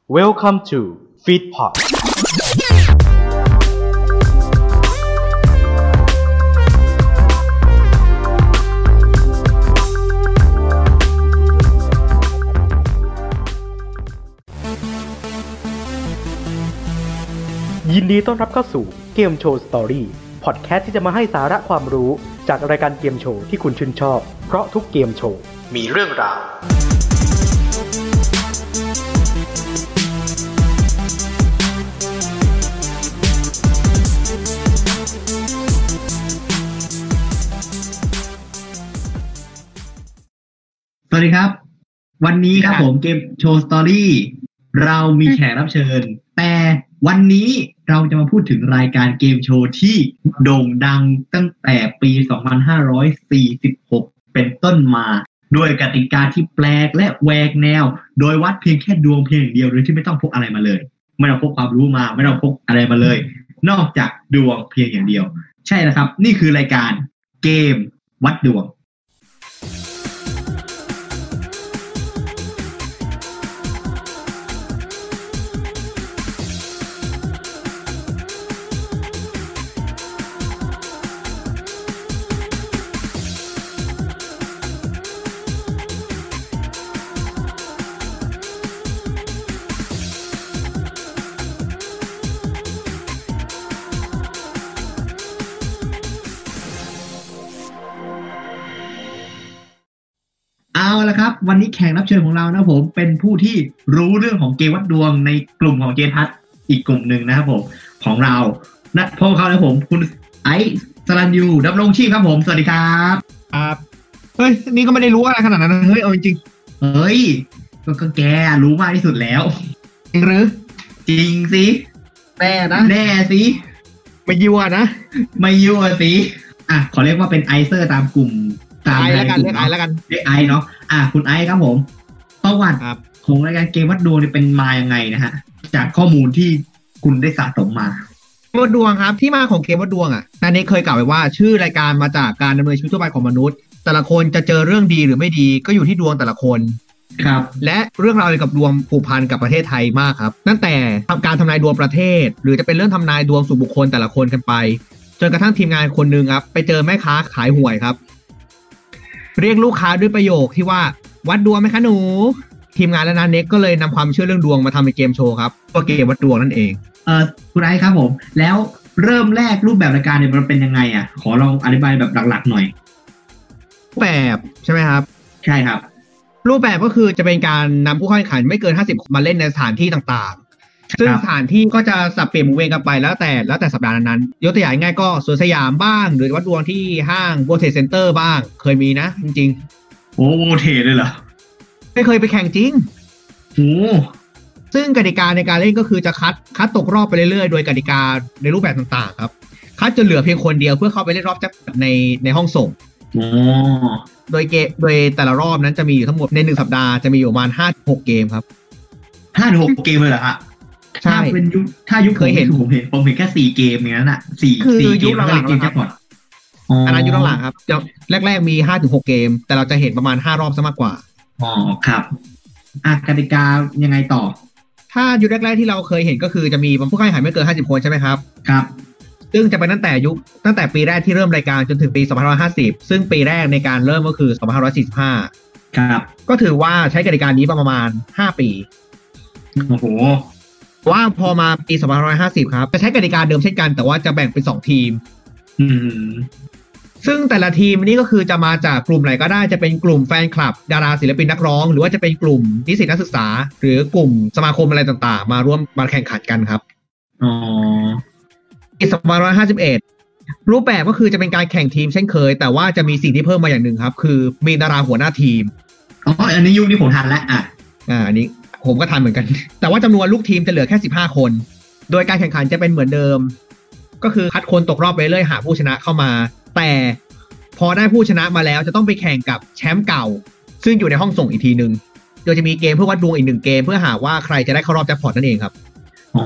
Welcome to Feedpot ยินดีต้อนรับเข้าสู่เกมโชว์สตอรี่พอดแคสต์ที่จะมาให้สาระความรู้จากรายการเกมโชว์ที่คุณชื่นชอบเพราะทุกเกมโชว์มีเรื่องราวสวัสดีครับวันนี้ครับผมเกมโชว์สตอรี่เรามีแขกรับเชิญแต่วันนี้เราจะมาพูดถึงรายการเกมโชว์ที่โด่งดังตั้งแต่ปี2546เป็นต้นมาด้วยกติกาที่แปลกและแหวกแนวโดยวัดเพียงแค่ดวงเพียงอย่างเดียวโดยที่ไม่ต้องพกอะไรมาเลยไม่ต้องพกความรู้มาไม่ต้องพกอะไรมาเลยนอกจากดวงเพียงอย่างเดียวใช่แล้วครับนี่คือรายการเกมวัดดวงเอาละครับวันนี้แขกรับเชิญของเรานะผมเป็นผู้ที่รู้เรื่องของเกมวัดดวงในกลุ่มของเจนทัศน์อีกกลุ่มหนึ่งนะครับผมของเรานะพบเขาเลยผมคุณไอซ์สรัญยูดำรงชีพครับผมสวัสดีครับครับเฮ้ยนี่ก็ไม่ได้รู้อะไรขนาดนั้นเฮ้ยเอาจริงๆเฮ้ยก็แกรู้มากที่สุดแล้วจริงหรือจริงสิแน่นะแน่สิไม่ยั่วนะไม่ยั่วสิอ่ะขอเรียกว่าเป็นไอเซอร์ตามกลุ่มไอแล้วกันเรียกไอแล้วกันเรียกไอเนาะคุณไอครับผมประวัติของรายการเกมวัดดวงนี่เป็นมายังไงนะฮะจากข้อมูลที่คุณได้สะสมมาเกมวัดดวงครับที่มาของเกมวัดดวงนันนี้เคยกล่าวไว้ว่าชื่อรายการมาจากการดำเนินชีวิตทั่วไปของมนุษย์แต่ละคนจะเจอเรื่องดีหรือไม่ดีก็อยู่ที่ดวงแต่ละคนครับและเรื่องราวเกี่ยวกับดวงผูกพันกับประเทศไทยมากครับตั้งแต่การทำนายดวงประเทศหรือจะเป็นเรื่องทำนายดวงส่วนบุคคลแต่ละคนกันไปจนกระทั่งทีมงานคนนึงครับไปเจอแม่ค้าขายหวยครับเรียกลูกค้าด้วยประโยคที่ว่าวัดดวงไหมคะหนูทีมงานและนันเน็กก็เลยนำความเชื่อเรื่องดวงมาทำเป็นเกมโชว์ครับก็เกมวัดดวงนั่นเองคุณไอซ์ครับผมแล้วเริ่มแรกรูปแบบรายการเนี่ยมันเป็นยังไงขอลองอธิบายแบบหลักๆหน่อยรูปแบบใช่ไหมครับใช่ครับรูปแบบก็คือจะเป็นการนำผู้เข้าแข่งขันไม่เกิน50มาเล่นในสถานที่ต่างๆซึ่งสถานที่ก็จะสับเปลี่ยนหมุนเวียนกันไปแล้วแต่สัปดาห์นั้นยกตัวอย่างง่ายก็สวนสยามบ้างหรือวัดดวงที่ห้างWorld Trade Centerบ้างเคยมีนะจริงๆโอ้World Tradeเลยเหรอไม่เคยไปแข่งจริงโอ้ซึ่งกติกาในการเล่นก็คือจะคัดตกรอบไปเรื่อยๆโดยกติกาในรูปแบบต่างๆครับคัดจนเหลือเพียงคนเดียวเพื่อเข้าไปเล่นรอบแจ็คพอตในห้องส่งโดยแต่ละรอบนั้นจะมีอยู่ทั้งหมดใน1สัปดาห์จะมีอยู่ประมาณ 5-6 เกมครับ 5-6 เกมเลยเหรอฮะใช่เป็นยุคเคยเห็นผมเห็นแค่4เกมอย่างนั้นน่ะ4เกมแล้วก็เกมแจ็คพอตอันนั้นยุคหลังๆครับแรกๆมี 5-6 เกมแต่เราจะเห็นประมาณ5รอบซะมากกว่าอ๋อครับกติกายังไงต่อถ้ายุคแรกๆที่เราเคยเห็นก็คือจะมีผู้เข้าแข่งขันไม่เกิน50คนใช่ไหมครับครับซึ่งจะเป็นตั้งแต่ปีแรกที่เริ่มรายการจนถึงปี2550ซึ่งปีแรกในการเริ่มก็คือ2545 ครับก็ถือว่าใช้กติกานี้ประมาณ5ปีโอ้โหว่าพอมาปี2550ครับจะใช้กติกาเดิมเช่นกันแต่ว่าจะแบ่งเป็น2ทีมซึ่งแต่ละทีมนี่ก็คือจะมาจากกลุ่มไหนก็ได้จะเป็นกลุ่มแฟนคลับดาราศิลปินนักร้องหรือว่าจะเป็นกลุ่มนิสิตนักศึกษาหรือกลุ่มสมาคมอะไรต่างๆมาร่วมมาแข่งขันกันครับอ๋อปี2551รูปแบบก็คือจะเป็นการแข่งทีมเช่นเคยแต่ว่าจะมีสิ่งที่เพิ่มมาอย่างหนึ่งครับคือมีดาราหัวหน้าทีมอันนี้ยุคนี้ผมทันแล้วอันนี้ผมก็ทันเหมือนกันแต่ว่าจำนวนลูกทีมจะเหลือแค่15คนโดยการแข่งขันจะเป็นเหมือนเดิมก็คือคัดคนตกรอบไปเรื่อยหาผู้ชนะเข้ามาแต่พอได้ผู้ชนะมาแล้วจะต้องไปแข่งกับแชมป์เก่าซึ่งอยู่ในห้องส่งอีกทีนึงโดยจะมีเกมเพื่อวัดดวงอีก1เกมเพื่อหาว่าใครจะได้เข้ารอบแจ็คพอตนั่นเองครับอ๋อ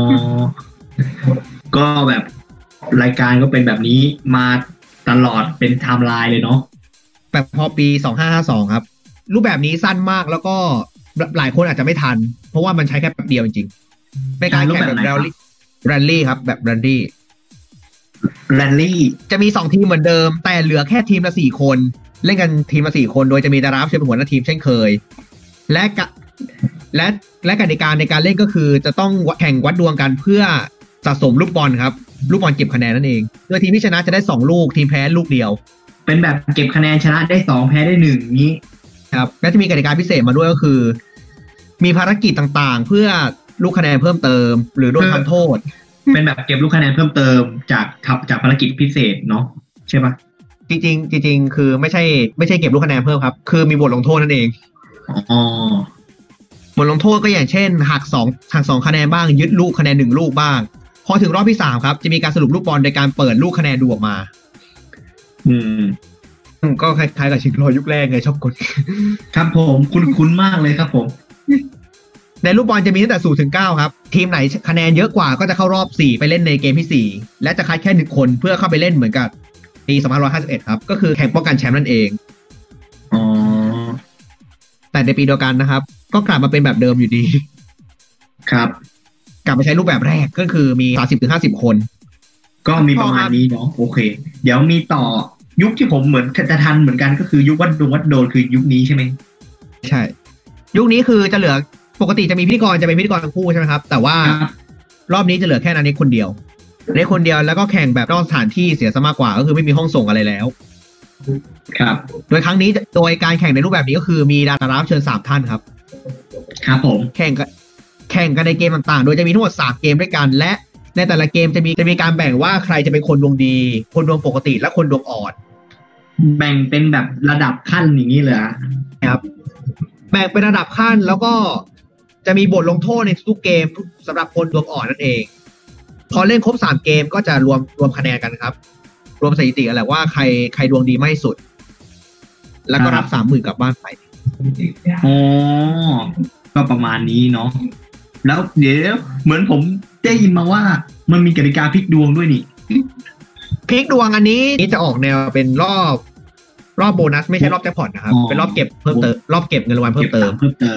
ก็แบบรายการก็เป็นแบบนี้มาตลอดเป็นไทม์ไลน์เลยเนาะแบบพอปี2552ครับรูปแบบนี้สั้นมากแล้วก็หลายคนอาจจะไม่ทันเพราะว่ามันใช้แค่แป๊บเดียวจริงๆเป็นการแข่งแบบแรลลี่ครับแบบแรลลี่จะมี2ทีมเหมือนเดิมแต่เหลือแค่ทีมละ4คนเล่นกันทีมละ4คนโดยจะมีดาราฟเป็นหัวหน้าทีมเช่นเคยและกติกาในการเล่นก็คือจะต้องแข่งวัดดวงกันเพื่อสะสมลูกบอลครับลูกบอลเก็บคะแนนนั่นเองโดยทีมที่ชนะจะได้2ลูกทีมแพ้ลูกเดียวเป็นแบบเก็บคะแนนชนะได้2แพ้ได้1นี้ครับและจะมีกติกาพิเศษมาด้วยก็คือมีภารกิจต่างๆเพื่อลูกคะแนนเพิ่มเติมหรือโดนทำโทษเป็นแบบเก็บลูกคะแนนเพิ่มเติมจากภารกิจพิเศษเนาะใช่ปะจริงคือไม่ใช่เก็บลูกคะแนนเพิ่มครับคือมีบทลงโทษนั่นเองบทลงโทษก็อย่างเช่นหัก2คะแนนบ้างยึดลูกคะแนน1ลูกบ้างพอถึงรอบที่3ครับจะมีการสรุปลูกบอลโดยการเปิดลูกคะแนนดูออกมาก็คล้ายๆกับชิงร้อยยุคแรกไงชอบกดครับผมคุ้นมากเลยครับผมในลูกบอลจะมีตั้งแต่0 ถึง 9ครับทีมไหนคะแนนเยอะกว่าก็จะเข้ารอบ4ไปเล่นในเกมที่4และจะคัดแค่1คนเพื่อเข้าไปเล่นเหมือนกับปี2551ครับก็คือแข่งป้องกันแชมป์นั่นเองแต่ในปีเดียวกันนะครับก็กลับมาเป็นแบบเดิมอยู่ดีครับกลับมาใช้รูปแบบแรกก็คือมี 30-50 คนก็มีประมาณนี้เนาะโอเคเดี๋ยวมีต่อยุคที่ผมเหมือนจะทันเหมือนกันก็คือยุควัดโดนคือยุคนี้ใช่ไหมใช่ยุคนี้คือจะเหลือปกติจะมีพิธีกรจะเป็นพิธีกรทั้งคู่ใช่ไหมครับแต่ว่ารอบนี้จะเหลือแค่นั้นคนเดียวแล้วก็แข่งแบบนอกสถานที่เสียซะมากกว่าก็คือไม่มีห้องส่งอะไรแล้วครับโดยครั้งนี้โดยการแข่งในรูปแบบนี้ก็คือมีดารารับเชิญ3ท่านครับครับผมแข่งกันในเกมต่างๆโดยจะมีทั้งหมด3เกมด้วยกันและในแต่ละเกมจะมีการแบ่งว่าใครจะเป็นคนดวงดีคนดวงปกติและคนดวงอ่อนแบ่งเป็นแบบระดับขั้นอย่างนี้เลยครับแบ่งเป็นระดับขั้นแล้วก็จะมีบทลงโทษในทุกเกมสำหรับคนดวงอ่อนนั่นเองพอเล่นครบ3เกมก็จะรวมคะแนนกันครับรวมสถิติกันแหละว่าใครดวงดีมากที่สุดแล้วก็รับ 30,000 กลับบ้านไปอ๋อก็ประมาณนี้เนาะแล้วเดี๋ยวเหมือนผมได้ยินมาว่ามันมีกติกาพลิกดวงด้วยนี่พลิกดวงอันนี้จะออกแนวเป็นรอบโบนัสไม่ใช่รอบแจ็คพอตนะครับเป็นรอบเก็บเพิ่มเติมรอบเก็บเงินรางวัลเพิ่มเติม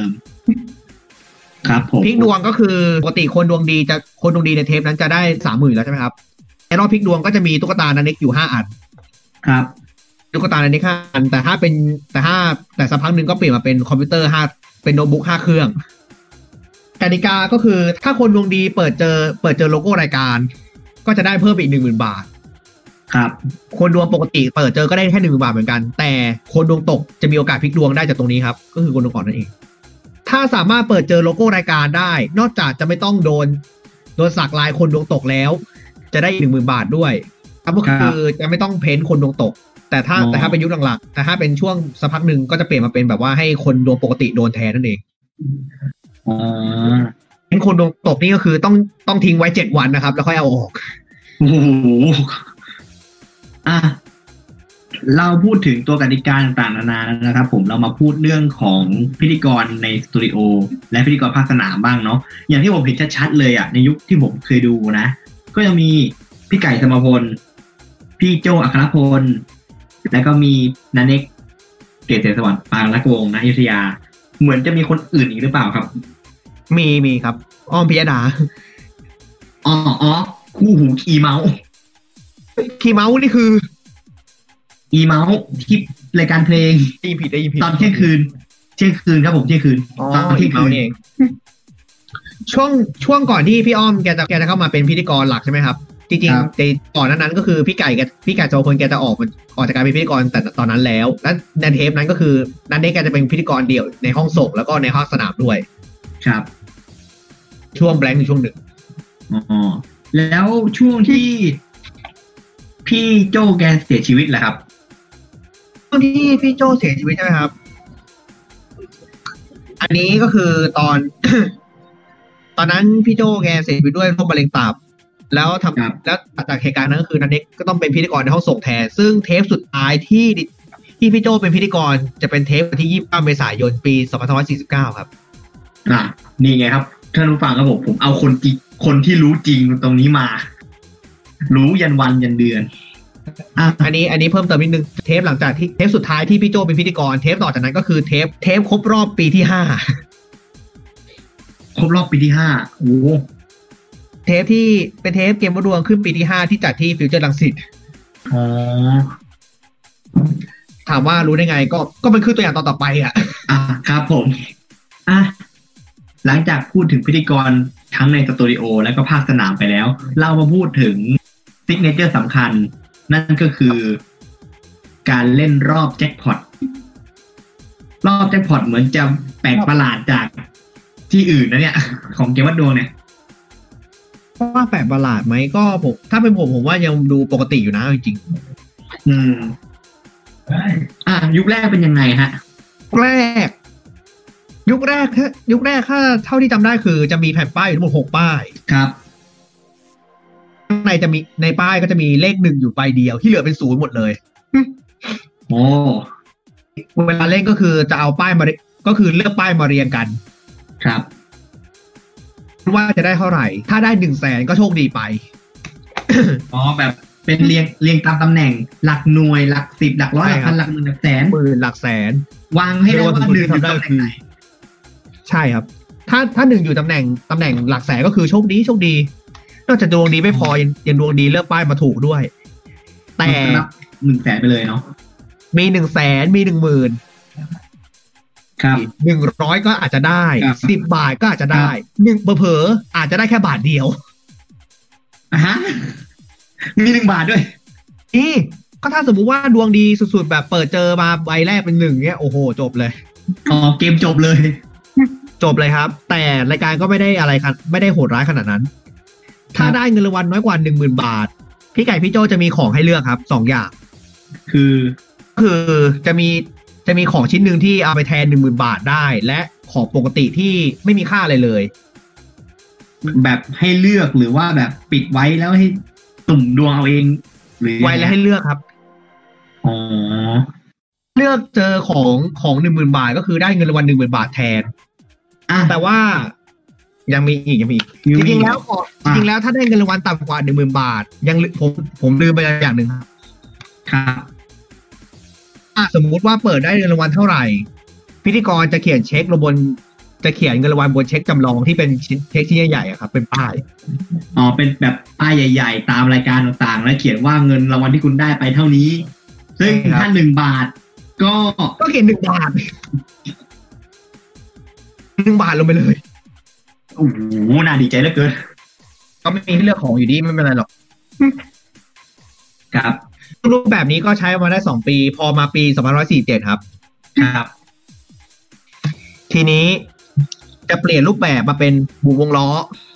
ครับผมพลิกดวงก็คือปกติคนดวงดีในเทปนั้นจะได้ 30,000 แล้วใช่ไหมครับในรอบพลิกดวงก็จะมีตุ๊กตานันเน็กอยู่5อันครับตุ๊กตานันเน็ก5อันแต่สักพักนึงก็เปลี่ยนมาเป็นคอมพิวเตอร์5เป็นโน้ตบุ๊ก5เครื่องกติกาก็คือถ้าคนดวงดีเปิดเจอโลโก้รายการก็จะได้เพิ่มอีก 10,000 บาทครับคนดวงปกติเปิดเจอก็ได้แค่ 10,000 บาทเหมือนกันแต่คนดวงตกจะมีโอกาสพลิกดวงได้จากตรงนี้ครับก็คือคนดวงอ่อนนั่นเองถ้าสามารถเปิดเจอโลโก้รายการได้นอกจากจะไม่ต้องโดนสักลายคนดวงตกแล้วจะได้ 10,000 บาทด้วยก็คือจะไม่ต้องเพ้นคนดวงตกแต่ถ้าเป็นยุคหลังๆแต่ถ้าเป็นช่วงสักพักหนึ่งก็จะเปลี่ยนมาเป็นแบบว่าให้คนดวงปกติโดนแทนนั่นเองเป็นคนดวงตกนี่ก็คือต้องทิ้งไว้7 วันนะครับแล้วค่อยเอาออกโอ้โหเราพูดถึงตัวกติกาต่างๆนานานะครับผมเรามาพูดเรื่องของพิธีกรในสตูดิโอและพิธีกรภาคสนามบ้างเนาะอย่างที่ผมเห็นชัดๆเลยในยุคที่ผมเคยดูนะก็จะมีพี่ไก่สมพลพี่โจอัครพลแล้วก็มีนันเน็กเกษตรสวรรค์ปางรักวงศ์ณอยุธยาเหมือนจะมีคนอื่นอีกหรือเปล่าครับมีครับอ้อมพิยดาคู่หูคีเมาส์นี่คืออีเมาส์ที่รายการเพลงได้ยินผิดตอนเที่ยงคืนครับผมเที่ยงคืนตอนเที่ยงคืนเองช่วงก่อนที่พี่อ้อมแกจะเข้ามาเป็นพิธีกรหลักใช่ไหมครับจริงๆในก่อนนั้นก็คือพี่ไก่โจพลแกจะออกจากการเป็นพิธีกรแต่ตอนนั้นแล้วในเทปนั้นก็คือนันเน็กแกจะเป็นพิธีกรเดี่ยวในห้องส่งแล้วก็ในห้องสนามด้วยครับช่วงแบงค์ช่วงหนึ่งแล้วช่วงที่พี่โจแกเสียชีวิตแหละครับช่วงที่พี่โจเสียชีวิตใช่ไหมครับอันนี้ก็คือตอนนั้นพี่โจแกเสียชีวิตด้วยโรคมะเร็งตับแล้วจากเหตุการณ์นั้นก็คือนันเน็กก็ต้องเป็นพิธีกรในห้องส่งแทนซึ่งเทปสุดท้ายที่พี่โจเป็นพิธีกรจะเป็นเทปวันที่29 เมษายนปี2549ครับนี่ไงครับท่านผู้ฟังครับผมเอาคนที่รู้จริงตรงนี้มารู้ยันวันยันเดือนอันนี้เพิ่มเติมนิดนึงเทปหลังจากที่เทปสุดท้ายที่พี่โจเป็นพิธีกรเทปต่อจากนั้นก็คือเทปครบรอบปีที่ครบรอบปีที่5โอ้เทปที่เป็นเทปเกมวัดดวงขึ้นปีที่5ที่จัดที่ฟิวเจอร์รังสิตอ๋อถามว่ารู้ได้ไงก็มันคือตัวอย่างตอนต่อไปอ่ะครับผมหลังจากพูดถึงพิธีกรทั้งในสตูดิโอและก็ภาคสนามไปแล้วเรามาพูดถึงซิกเนเจอร์สำคัญนั่นก็คือการเล่นรอบแจ็คพอตเหมือนจะแปลกประหลาดจากที่อื่นนะเนี่ยของเกมวัดดวงเนี่ยว่าแปลกประหลาดไหมก็ผมถ้าเป็นผมว่ายังดูปกติอยู่นะจริงยุคแรกเป็นยังไงฮะยุคแรกถ้าเท่าที่จำได้คือจะมีแผ่นป้ายอยู่ทั้งหมด6ป้ายครับข้างในจะมีในป้ายก็จะมีเลข1อยู่ใบเดียวที่เหลือเป็น0หมดเลยโอ้เวลาเล่นก็คือจะเอาป้ายมาก็คือเลือกป้ายมาเรียงกันครับว่าจะได้เท่าไหร่ถ้าได้ 100,000 ก็โชคดีไปแบบเป็นเรียงตามตำแหน่งหลักหน่วยหลัก10หลักร้อยหลักพันหลักหมื่นหลักแสนหลักแสนวางให้ได้ว่า1อยู่ตำแหน่งไหนใช่ครับถ้า1อยู่ตำแหน่งหลักแสนก็คือโชคดีนอกจากดวงดีไม่พอยังดวงดีเลือกป้ายมาถูกด้วยแต่ 100,000ไปเลยเนาะมี 100,000 มี 10,000 ครับ 100ก็อาจจะได้10 บาทก็อาจจะได้เผลอๆอาจจะได้แค่บาทเดียวมี1 บาทด้วยก็ถ้าสมมุติว่าดวงดีสุดๆแบบเปิดเจอมาใบแรกเป็น1เงี้ยโอ้โหจบเลยเกมจบเลยครับแต่รายการก็ไม่ได้อะไรครับไม่ได้โหดร้ายขนาดนั้นถ้าได้เงินรางวัลน้อยกว่า 10,000 บาทพี่ไก่พี่โจจะมีของให้เลือกครับ2อย่างคือจะมีของชิ้นหนึ่งที่เอาไปแทน 10,000 บาทได้และของปกติที่ไม่มีค่าอะไรเลยแบบให้เลือกหรือว่าแบบปิดไว้แล้วให้ตุ่มดวงเอาเองหรือไว้แล้วให้เลือกครับเลือกเจอของ 10,000 บาทก็คือได้เงินรางวัล 10,000 บาทแทนแต่ว่ายังมีอีกจริงๆแล้วถ้าได้เงินรางวัลต่ำกว่า 10,000 บาทยังผมลืมไปอย่างหนึ่งครับสมมุติว่าเปิดได้เงินรางวัลเท่าไหร่พิธีกรจะเขียนเช็คลงบนจะเขียนเงินรางวัลบนเช็คจำลองที่เป็นเช็คที่ใหญ่ๆครับเป็นป้ายเป็นแบบป้ายใหญ่ๆตามรายการต่างๆแล้วเขียนว่าเงินรางวัลที่คุณได้ไปเท่านี้ซึ่งถ้า1 บาทก็เขียน1 บาท1 บาทลงไปเลยโอ้โหน่าดีใจเหลือเกินก็ไม่มีให้เลือกของอยู่ดีไม่เป็นไรหรอกครับรูปแบบนี้ก็ใช้มาได้2 ปีพอมาปี2547ครับทีนี้จะเปลี่ยนรูปแบบมาเป็นหมุนวงล้อ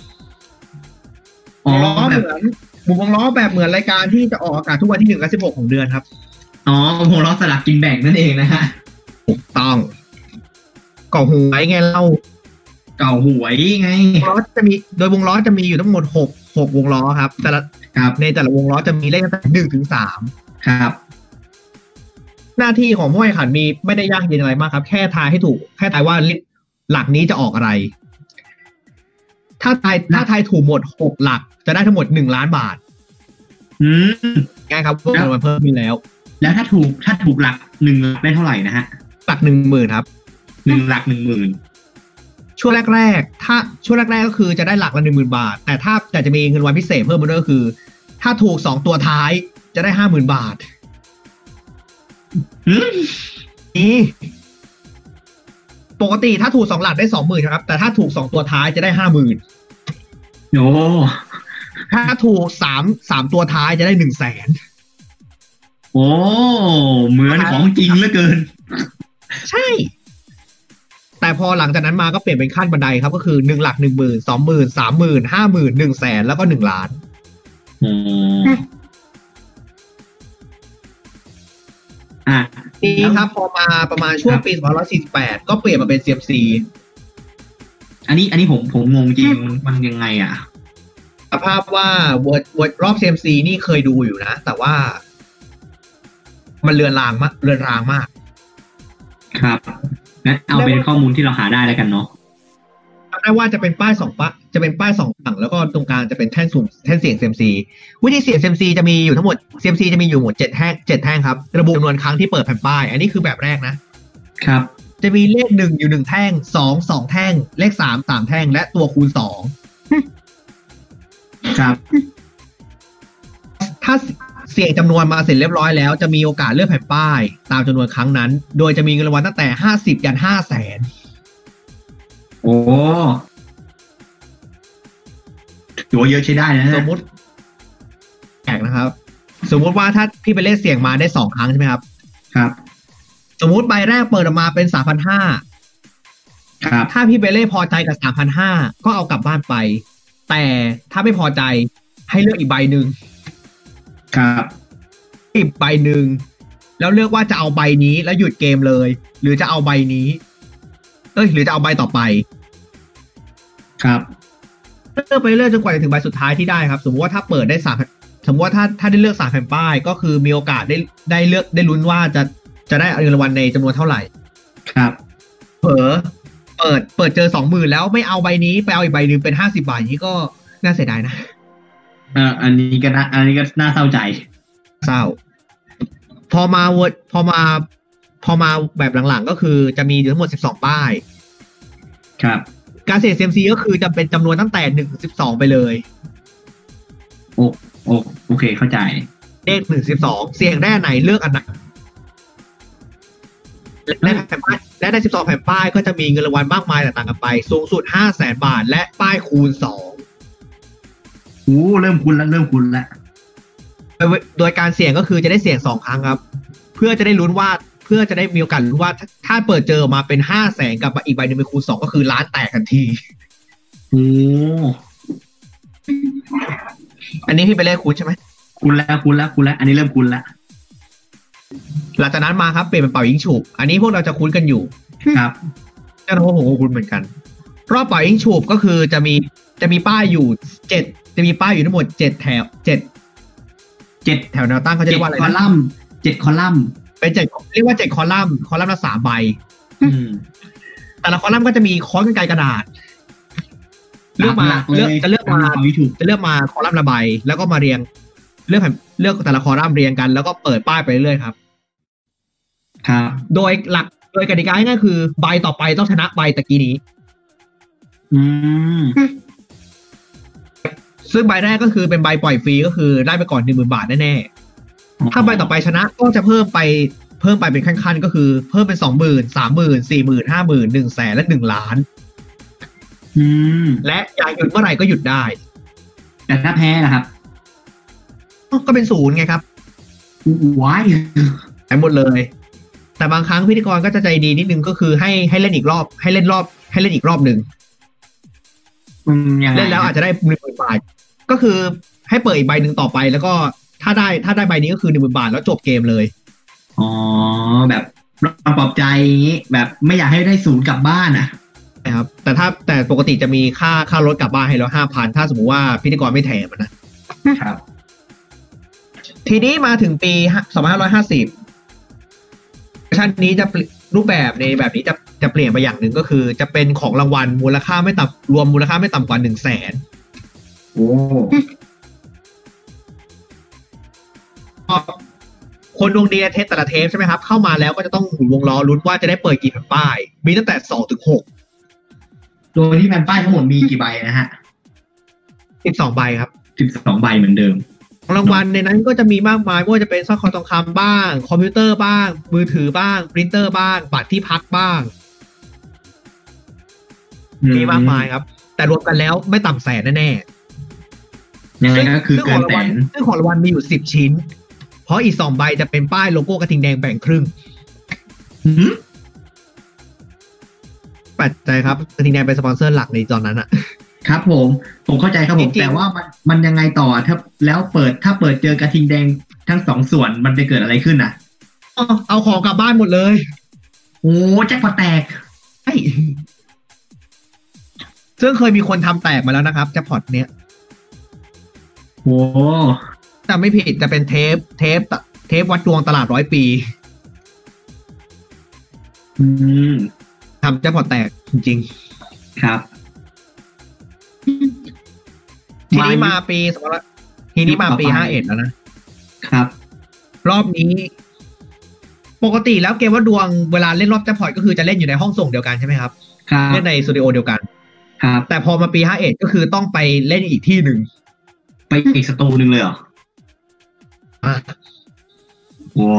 แบบหมุนวงล้อแบบเหมือนรายการที่จะออกอากาศทุกวันที่1 และ 16ของเดือนครับวงล้อสลากกินแบ่งนั่นเองนะฮะถูกต้องเก่าหวยไงเล่าเก่าหวยไงวงล้อจะมีโดยวงล้อจะมีอยู่ทั้งหมด6วงล้อครับแต่ละวงล้อจะมีเลขตั้งแต่1 ถึง 3 ครับหน้าที่ของผู้แข่งขันมีไม่ได้ยากเย็นอะไรมากครับแค่ทายให้ถูกแค่ทายว่าหลักนี้จะออกอะไรถ้าทายถูกหมด6 หลักจะได้ทั้งหมด1 ล้านบาทง่ายครับพวกมันเพิ่มขึ้นแล้วถ้าถูกหลัก1ได้เท่าไหร่นะฮะหลัก 10,000 ครับ 1 หลัก 10,000 ช่วงแรกก็คือจะได้หลักละ 10,000 บาทแต่ถ้าจะมีเงินรางวัลพิเศษเพิ่มมาด้วยก็คือถ้าถูก2 ตัวท้ายจะได้ 50,000 บาทปกติถ้าถูก2 หลักได้ 20,000 ครับแต่ถ้าถูก2 ตัวท้ายจะได้ 50,000 โอ้ถ้าถูก3 ตัวท้ายจะได้ 100,000 โอ้เหมือนของจริงเหลือเกินใช่แต่พอหลังจากนั้นมาก็เปลี่ยนเป็นขั้นบันไดครับก็คือ1 หลัก 10,000 20,000 30,000 50,000 100,000แล้วก็1 ล้านนี่ครับพอมาประมาณช่วงปี2548ก็เปลี่ยนมาเป็น CMC อันนี้ผมงงจริงมันยังไงอ่ะสภาพว่ารอบ CMC นี่เคยดูอยู่นะแต่ว่ามันเรือนรางมากครับงั้นเอาเป็นข้อมูลที่เราหาได้แล้วกันเนาะได้ว่าจะเป็นป้าย2 ฝั่งแล้วก็ตรงกลางจะเป็นแท่นเสียง CMC วิธีเสียง CMC จะมีอยู่ทั้งหมด CMC จะมีอยู่หมด7 แท่งครับระบุจำนวนครั้งที่เปิดแผ่นป้ายอันนี้คือแบบแรกนะครับจะมีเลข1อยู่1แท่ง2แท่งเลข3แท่งและตัวคูณ2 ครับถ้าเสี่ยงจำนวนมาเสร็จเรียบร้อยแล้วจะมีโอกาสเลือกแผ่นป้ายตามจำนวนครั้งนั้นโดยจะมีเงินรางวัลตั้งแต่50ยัน500,000 โอ้ถือว่าเยอะใช้ได้นะสมมุติแปลกนะครับสมมุติว่าถ้าพี่ไปเล่นเสี่ยงมาได้2ครั้งใช่ไหมครับครับสมมุติใบแรกเปิดออกมาเป็น 3,500 ครับถ้าพี่ไปเล่พอใจกับ 3,500 ก็เอากลับบ้านไปแต่ถ้าไม่พอใจให้เลือกอีกใบหนึ่งครับอีกใบหนึ่งแล้วเลือกว่าจะเอาใบนี้แล้วหยุดเกมเลยหรือจะเอาใบนี้หรือจะเอาใบต่อไปครับเลือกไปเรื่อยจนกว่าจะถึงใบสุดท้ายที่ได้ครับสมมติว่าถ้าเปิดได้สมมติว่าถ้าได้เลือก3แผ่นป้ายก็คือมีโอกาสได้เลือกได้ลุ้นว่าจะได้เงินรางวัลในจำนวนเท่าไหร่ครับเปิดเจอ 20,000 แล้วไม่เอาใบนี้ไปเอาอีกใบนึงเป็น50 บาทนี้ก็น่าเสียดายนะอันนี้ก็น่าเศร้าใจเศร้าพอมาแบบหลังๆก็คือจะมีทั้งหมด12ป้ายครับการเสี่ยง CMC ก็คือจะเป็นจำนวนตั้งแต่1ถึง12ไปเลยโอเคเข้าใจเลข1 12เสี่ยงได้อันไหนเลือกอันไหนและได้12แผ่นป้ายก็จะมีเงินรางวัลมากมายแตกต่างกันไปสูงสุด 500,000 บาทและป้ายคูณ2 เริ่มคุ้นแล้วโดยการเสี่ยงก็คือจะได้เสี่ยง2ครั้งครับเพื่อจะได้ลุ้นว่าเพื่อจะได้มีโอกาสลุ้นว่าถ้าเปิดเจอมาเป็น 500,000 กับอีกใบนึงเป็นคูณ2ก็คือล้านแตกทันทีอันนี้พี่ไปเล่นคุ้นใช่ไหมคุ้นแล้วอันนี้เริ่มคุ้นแล้วหลังจากนั้นมาครับเปลี่ยนเป็นเป่ายิงฉุบอันนี้พวกเราจะคุ้นกันอยู่ครับเจ้าหน้าที่ผมก็คุ้นเหมือนกันรอบเป่ายิงฉุบก็คือจะมีป้ายอยู่7จะมีป้ายอยู่ทั้งหมด7แถว7แถวแนวตั้งเขาจะเรียกว่าอะไรนะ 7คอลัมน์เป็น7เรียกว่า7คอลัมน์ละ3ใบแต่ละคอลัมน์ก็จะมีค้อนกรรไกรกระดาษจะเลือกมาคอลัมน์ละใบแล้วก็มาเรียงเลือกแต่ละคอลัมน์เรียงกันแล้วก็เปิดป้ายไปเรื่อยๆครับโดยกติกาง่ายๆคือใบต่อไปต้องชนะใบตะกี้นี้ซึ่งใบแรกก็คือเป็นใบปล่อยฟรีก็คือได้ไปก่อน 10,000 บาทแน่ๆถ้าใบต่อไปชนะก็จะเพิ่มไปเป็นขั้นๆก็คือเพิ่มเป็น 20,000 30,000 40,000 50,000 100,000 และ1ล้านและอยากหยุดเมื่อไหร่ก็หยุดได้แต่ถ้าแพ้นะครับก็เป็น0ไงครับว้ายหายหมดเลยแต่บางครั้งพิธีกรก็จะใจดีนิดนึงก็คือให้เล่นอีกรอบให้เล่นอีกรอบหนึ่งเล่นแล้วอาจจะได้ 10,000 บาทก็คือให้เปิดอีกใบหนึ่งต่อไปแล้วก็ถ้าได้ใบนี้ก็คือ 10,000 บาทแล้วจบเกมเลยแบบปลอบใจอย่างนี้แบบไม่อยากให้ได้0กลับบ้านนะครับแต่ปกติจะมีค่ารถกลับบ้านให้แล้ว 5,000 ถ้าสมมุติว่าพิธีกรไม่แถมนะครับทีนี้มาถึงปี 2550เวอร์ชันนี้จะรูปแบบในแบบนี้จะเปลี่ยนไปอย่างหนึ่งก็คือจะเป็นของรางวัลมูลค่าไม่ต่ำรวมมูลค่าไม่ต่ำกว่า 100,000 โอ้คนดวงดีในเทปแต่ละเทปใช่ไหมครับเข้ามาแล้วก็จะต้องหมุนวงล้อลุ้นว่าจะได้เปิดกี่แผ่นป้ายมีตั้งแต่2 ถึง 6 โดยที่แผ่นป้ายทั้งหมดมีกี่ใบนะฮะ 12 ใบครับ 12 ใบเหมือนเดิมรางวัลในนั้นก็จะมีมากมายไม่ว่าจะเป็นสร้อยคอทองคำบ้างคอมพิวเตอร์บ้างมือถือบ้างปรินเตอร์บ้างบัตรที่พักบ้างมีมากมายครับแต่รวมกันแล้วไม่ต่ำ100,000แน่ๆยังไงก็คือเกินแสนซึ่งของรางวัลมีอยู่10 ชิ้นเพราะอีก2 ใบจะเป็นป้ายโลโก้กระทิงแดงแบ่งครึ่งปัจจัยครับกระทิงแดงเป็นสปอนเซอร์หลักในตอนนั้นครับผมเข้าใจครับผมแต่ว่ามันยังไงต่อถ้าเปิดเจอกระทิงแดงทั้ง2ส่วนมันจะเกิดอะไรขึ้นเอาของกลับบ้านหมดเลยโอ้แจ็คพอตแตกใช่ซึ่งเคยมีคนทำแตกมาแล้วนะครับแจ็คพอตเนี้ยโอ้แต่ไม่ผิดจะเป็นเทปวัดดวงตลาด100 ปีทำแจ็คพอตแตกจริงๆครับทีนี้มาปี51แล้วนะครับรอบนี้ปกติแล้วเกมวัดดวงเวลาเล่นรอบแจ็คพอตก็คือจะเล่นอยู่ในห้องส่งเดียวกันใช่ไหมครับเล่นในสตูดิโอเดียวกันครับแต่พอมาปี51ก็คือต้องไปเล่นอีกที่หนึ่งไปอีกสตูนึงเลยเหรอโอ้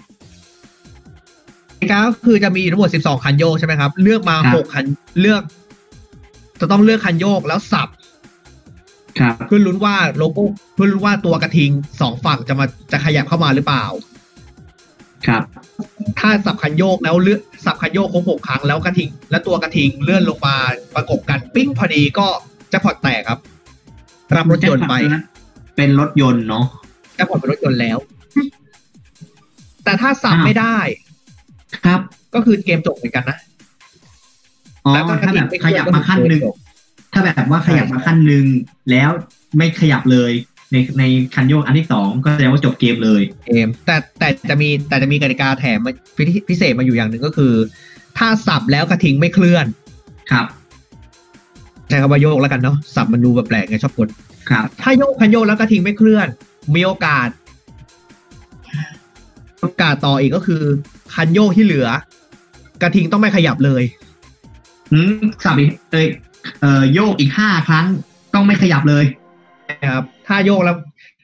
ก็คือจะมีทั้งหมด12คันโยกใช่ไหมครับเลือกมา6คันเลือกจะต้องเลือกคันโยกแล้วสับเพื่อลุ้นว่าโลโก้เพื่อลุ้นว่าตัวกระทิง2ฝั่งจะขยับเข้ามาหรือเปล่าครับถ้าสับคันโยกแล้วเลือกสับคันโยกครบ6ครั้งแล้วกระทิงและตัวกระทิงเลื่อนลงมาประกบกันปิ้งพอดีก็จะพอตแตกครับรับรถยนต์ไปเป็นรถยนต์เนาะจะพอตเป็นรถยนต์แล้วแต่ถ้าสับไม่ได้ครับก็คือเกมจบเหมือนกันนะแล้วถ้าแบบขยับมาขั้นนึงถ้าแบบว่าขยับมาขั้นนึงแล้วไม่ขยับเลยในคันโยกอันที่2ก็แสดงว่าจบเกมเลยแต่จะมีกติกาแถมพิเศษมาอยู่อย่างหนึ่งก็คือถ้าสับแล้วกระทิงไม่เคลื่อนครับใช้คำว่าโยกแล้วกันเนาะสับมันดูแบบแปลกไงชอบกดครับถ้าโยกคันโยกแล้วกระทิงไม่เคลื่อนมีโอกาสต่ออีกก็คือคันโยกที่เหลือกระทิงต้องไม่ขยับเลยสับอีกโยกอีก5ครั้งต้องไม่ขยับเลยครับถ้าโยกแล้ว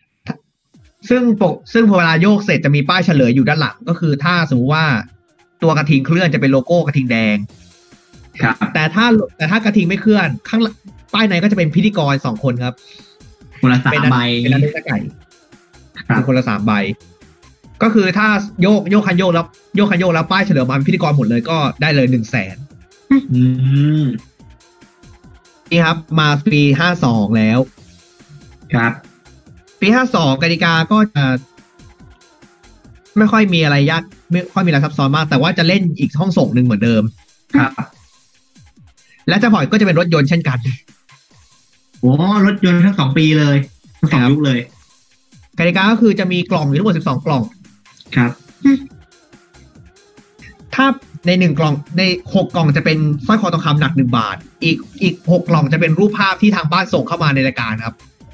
ซึ่งพอเวลาโยกเสร็จจะมีป้ายเฉลยอยู่ด้านหลังก็คือถ้าสมมติว่าตัวกระทิงเคลื่อนจะเป็นโลโก้กระทิงแดงครับแต่ถ้ากระทิงไม่เคลื่อนข้างป้ายไหนก็จะเป็นพิธีกร2คนครับคนละ3ใบเป็นนักเล่นไก่คือคนละ3ใบก็คือถ้าโยกคันโยกแล้วป้ายเฉลยมาเป็นพิธีกรหมดเลยก็ได้เลย100,000นี่ครับมาปี52แล้วครับปี52กติกาก็จะไม่ค่อยมีอะไรยากไม่ค่อยมีอะไรซับซ้อนมากแต่ว่าจะเล่นอีกห้องส่งหนึ่งเหมือนเดิมครับและจะพอร์ตก็จะเป็นรถยนต์เช่นกันโอ้รถยนต์ทั้ง2ปีเลยทั้ง2ยุคเลยกติกาก็คือจะมีกล่องอยู่ทั้งหมด12กล่องครับถ้าใน1กล่องใน6กล่องจะเป็นสร้อยคอทองคำหนัก1 บาทอีก6กล่องจะเป็นรูปภาพที่ทางบ้านส่งเข้ามาในรายการครับ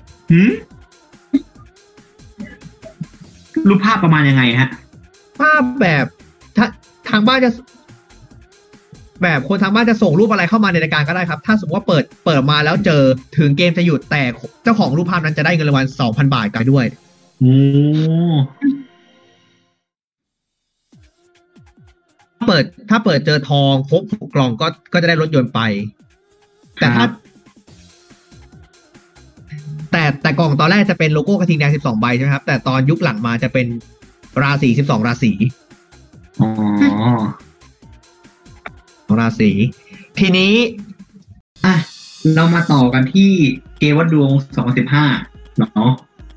รูปภาพประมาณยังไงฮะภาพแบบทางบ้านจะแบบคนทางบ้านจะส่งรูปอะไรเข้ามาในรายการก็ได้ครับถ้าสมมติว่าเปิดมาแล้วเจอถึงเกมจะหยุดแต่เจ้าของรูปภาพนั้นจะได้เงินรางวัล 2,000 บาทกันด้วยถ้าเปิดเจอทองครบ6กล่องก็จะได้รถยนต์ไปแต่กล่องตอนแรกจะเป็นโลโก้กระทิงแดง12ใบใช่ไหมครับแต่ตอนยุคหลังมาจะเป็นราศี12ราศีราศีทีนี้เรามาต่อกันที่เกมวัดดวง2015เนาะ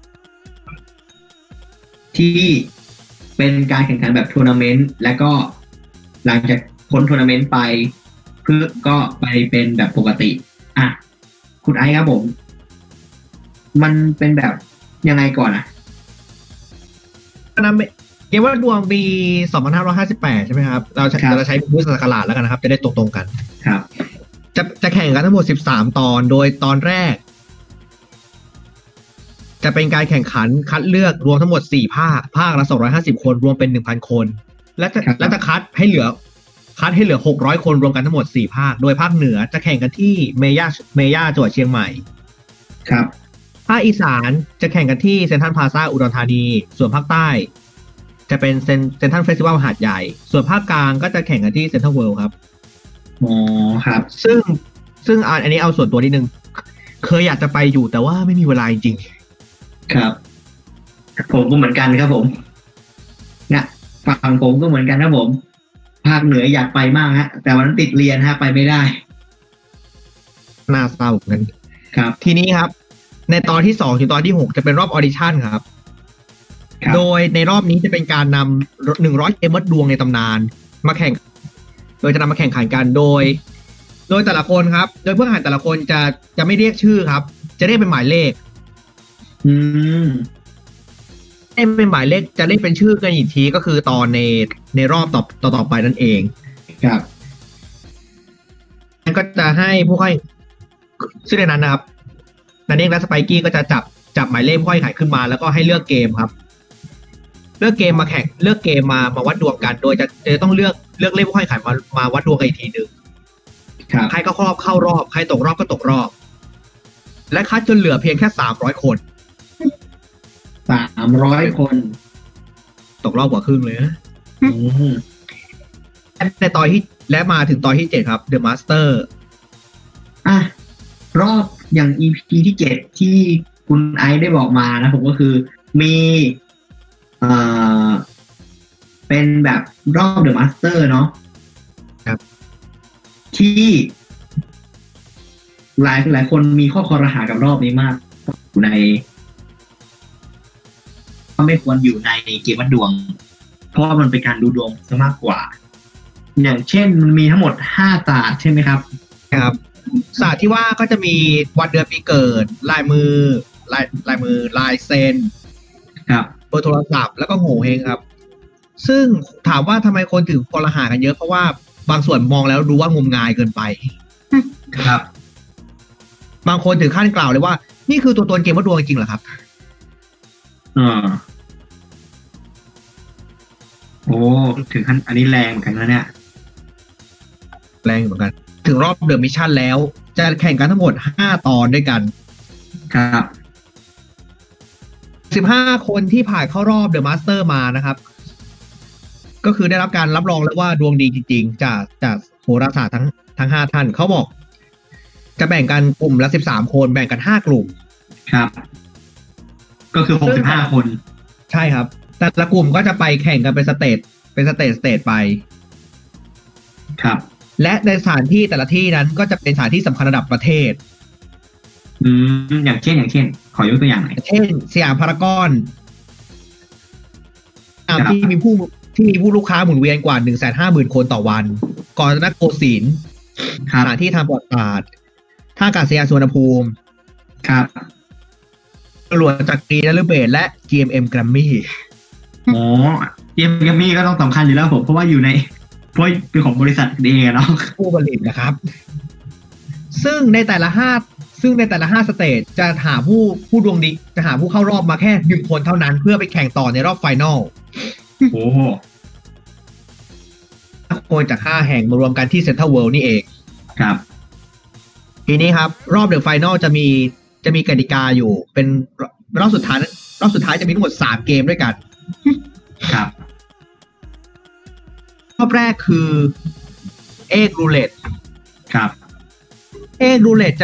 ที่เป็นการแข่งขันแบบทัวร์นาเมนต์แล้วก็หลังจากพ้นทัวร์นาเมนต์ไปเพื่อก็ไปเป็นแบบปกติคุณไอซ์ครับผมมันเป็นแบบยังไงก่อนเกมวัดดวงปี2558ใช่ไหมครับเราจะใช้พุทธศักราชแล้วกันนะครับจะได้ตรงกันครับจะแข่งกันทั้งหมด13ตอนโดยตอนแรกจะเป็นการแข่งขันคัดเลือกรวมทั้งหมด4ภาคละ250คนรวมเป็น 1,000 คนและจะคัดให้เหลือ600คนรวมกันทั้งหมด4ภาคโดยภาคเหนือจะแข่งกันที่เมย่าจังหวัดเชียงใหม่ครับภาคอีสานจะแข่งกันที่เซ็นทรัลพลาซ่าอุดรธานีส่วนภาคใต้จะเป็นเซ็นทรัลเฟสติวัลหาดใหญ่ส่วนภาคกลางก็จะแข่งกันที่เซ็นทรัลเวิลด์ครับครับซึ่งอันนี้เอาส่วนตัวนิดนึงเคยอยากจะไปอยู่แต่ว่าไม่มีเวลาจริงครับผมก็เหมือนกันครับผมเนี่ยฝั่งผมก็เหมือนกันครับผมภาคเหนืออยากไปมากฮะแต่วันนั้นติดเรียนฮะไปไม่ได้น่าเศร้าเหมือนกันครับทีนี้ครับในตอนที่2ถึงตอนที่6จะเป็นรอบออดิชั่นครับโดยในรอบนี้จะเป็นการนำ100เกมวัดดวงในตำนานมาแข่งโดยจะนำมาแข่งขันกันโดยแต่ละคนครับโดยผู้แข่งขันแต่ละคนจะไม่เรียกชื่อครับจะเรียกเป็นหมายเลขเป็นหมายเลขจะเรียกเป็นชื่อกันอีกทีก็คือตอนในรอบต่อไปนั่นเองครับก็จะให้ผู้แข่งซึ่งในนั้นนะครับนันเองและสไปกี้ก็จะจับหมายเลขผู้แข่งขันขึ้นมาแล้วก็ให้เลือกเกมครับเลือกเกมมาแข่งเลือกเกมมาวัดดวงกันโดยจะต้องเลือกเล่นผู้แข่งขันมาวัดดวงกันอีกทีหนึ่งใครก็เข้ารอบใครตกรอบก็ตกรอบและคัดจนเหลือเพียงแค่300 คน 300 คนตกรอบกว่าครึ่งเลยนะในตอนที่และมาถึงตอนที่7ครับ The Master รอบอย่าง EP ที่7ที่คุณไอซ์ได้บอกมานะผมก็คือมีเป็นแบบรอบ The Master เนาะครับที่หลายคนมีข้อคอรหากับรอบนี้มากอยู่ในก็ไม่ควรอยู่ในเกมวัดดวงเพราะมันเป็นการดูดวงซะมากกว่าอย่างเช่นมันมีทั้งหมด5ศาสตร์ใช่ไหมครับครับศาสตร์ที่ว่าก็จะมีวันเดือนปีเกิดลายมือลายเซ็นครับเบอร์โทรศัพท์แล้วก็โง่เฮงครับซึ่งถามว่าทำไมคนถึงคอรหากันเยอะเพราะว่าบางส่วนมองแล้วดูว่างมงายเกินไปครับบางคนถึงขั้นกล่าวเลยว่านี่คือตัวตนเกมวัดดวงจริงเหรอครับโอ้ถึงขั้นอันนี้แรงเหมือนกันนะเนี่ยแรงเหมือนกันถึงรอบเดอะมิชชั่นแล้วจะแข่งกันทั้งหมด5ตอนด้วยกันครับ 15 คนที่ผ่านเข้ารอบเดอะมาสเตอร์มานะครับก็คือได้รับการรับรองแล้วว่าดวงดีจริงๆจากโหราศาสตร์ทั้ง5ท่านเขาบอกจะแบ่งกันกลุ่มละ13 คนแบ่งกัน5 กลุ่มครับก็คือ65 คนใช่ครับแต่ละกลุ่มก็จะไปแข่งกันเป็นสเตจไปครับและในสถานที่แต่ละที่นั้นก็จะเป็นสถานที่สำคัญระดับประเทศอย่างเช่นขอยกตัวอย่างหน่อยเช่นสยามพารากอนที่มีผู้ลูกค้าหมุนเวียนกว่า 150,000 คนต่อวันกรณโกสินทร์สถานที่ทางประวัติศาสตร์ท่าอากาศยานสุวรรณภูมิครับตำรวจจักรีนฤเบศรและ GMM Grammy GMM Grammy ก็ต้องสำคัญอยู่แล้วผมเพราะว่าอยู่ในเพราะเป็นของบริษัทเองเนาะผู้ผลิตนะครับซึ่งในแต่ละ5สเตจจะหาผู้ดวงดีจะหาผู้เข้ารอบมาแค่1 คนเท่านั้นเพื่อไปแข่งต่อในรอบไฟนอลคนจาก5 แห่งมารวมกันที่เซ็นทรัลเวิลด์นี่เองครับทีนี้ครับรอบเดอะไฟนอลจะมีกติกาอยู่เป็นรอบสุดท้ายจะมีทั้งหมด3 เกมด้วยกันครับรอบแรกคือเอ็กรูเล็ตครับเอ็กรูเล็ต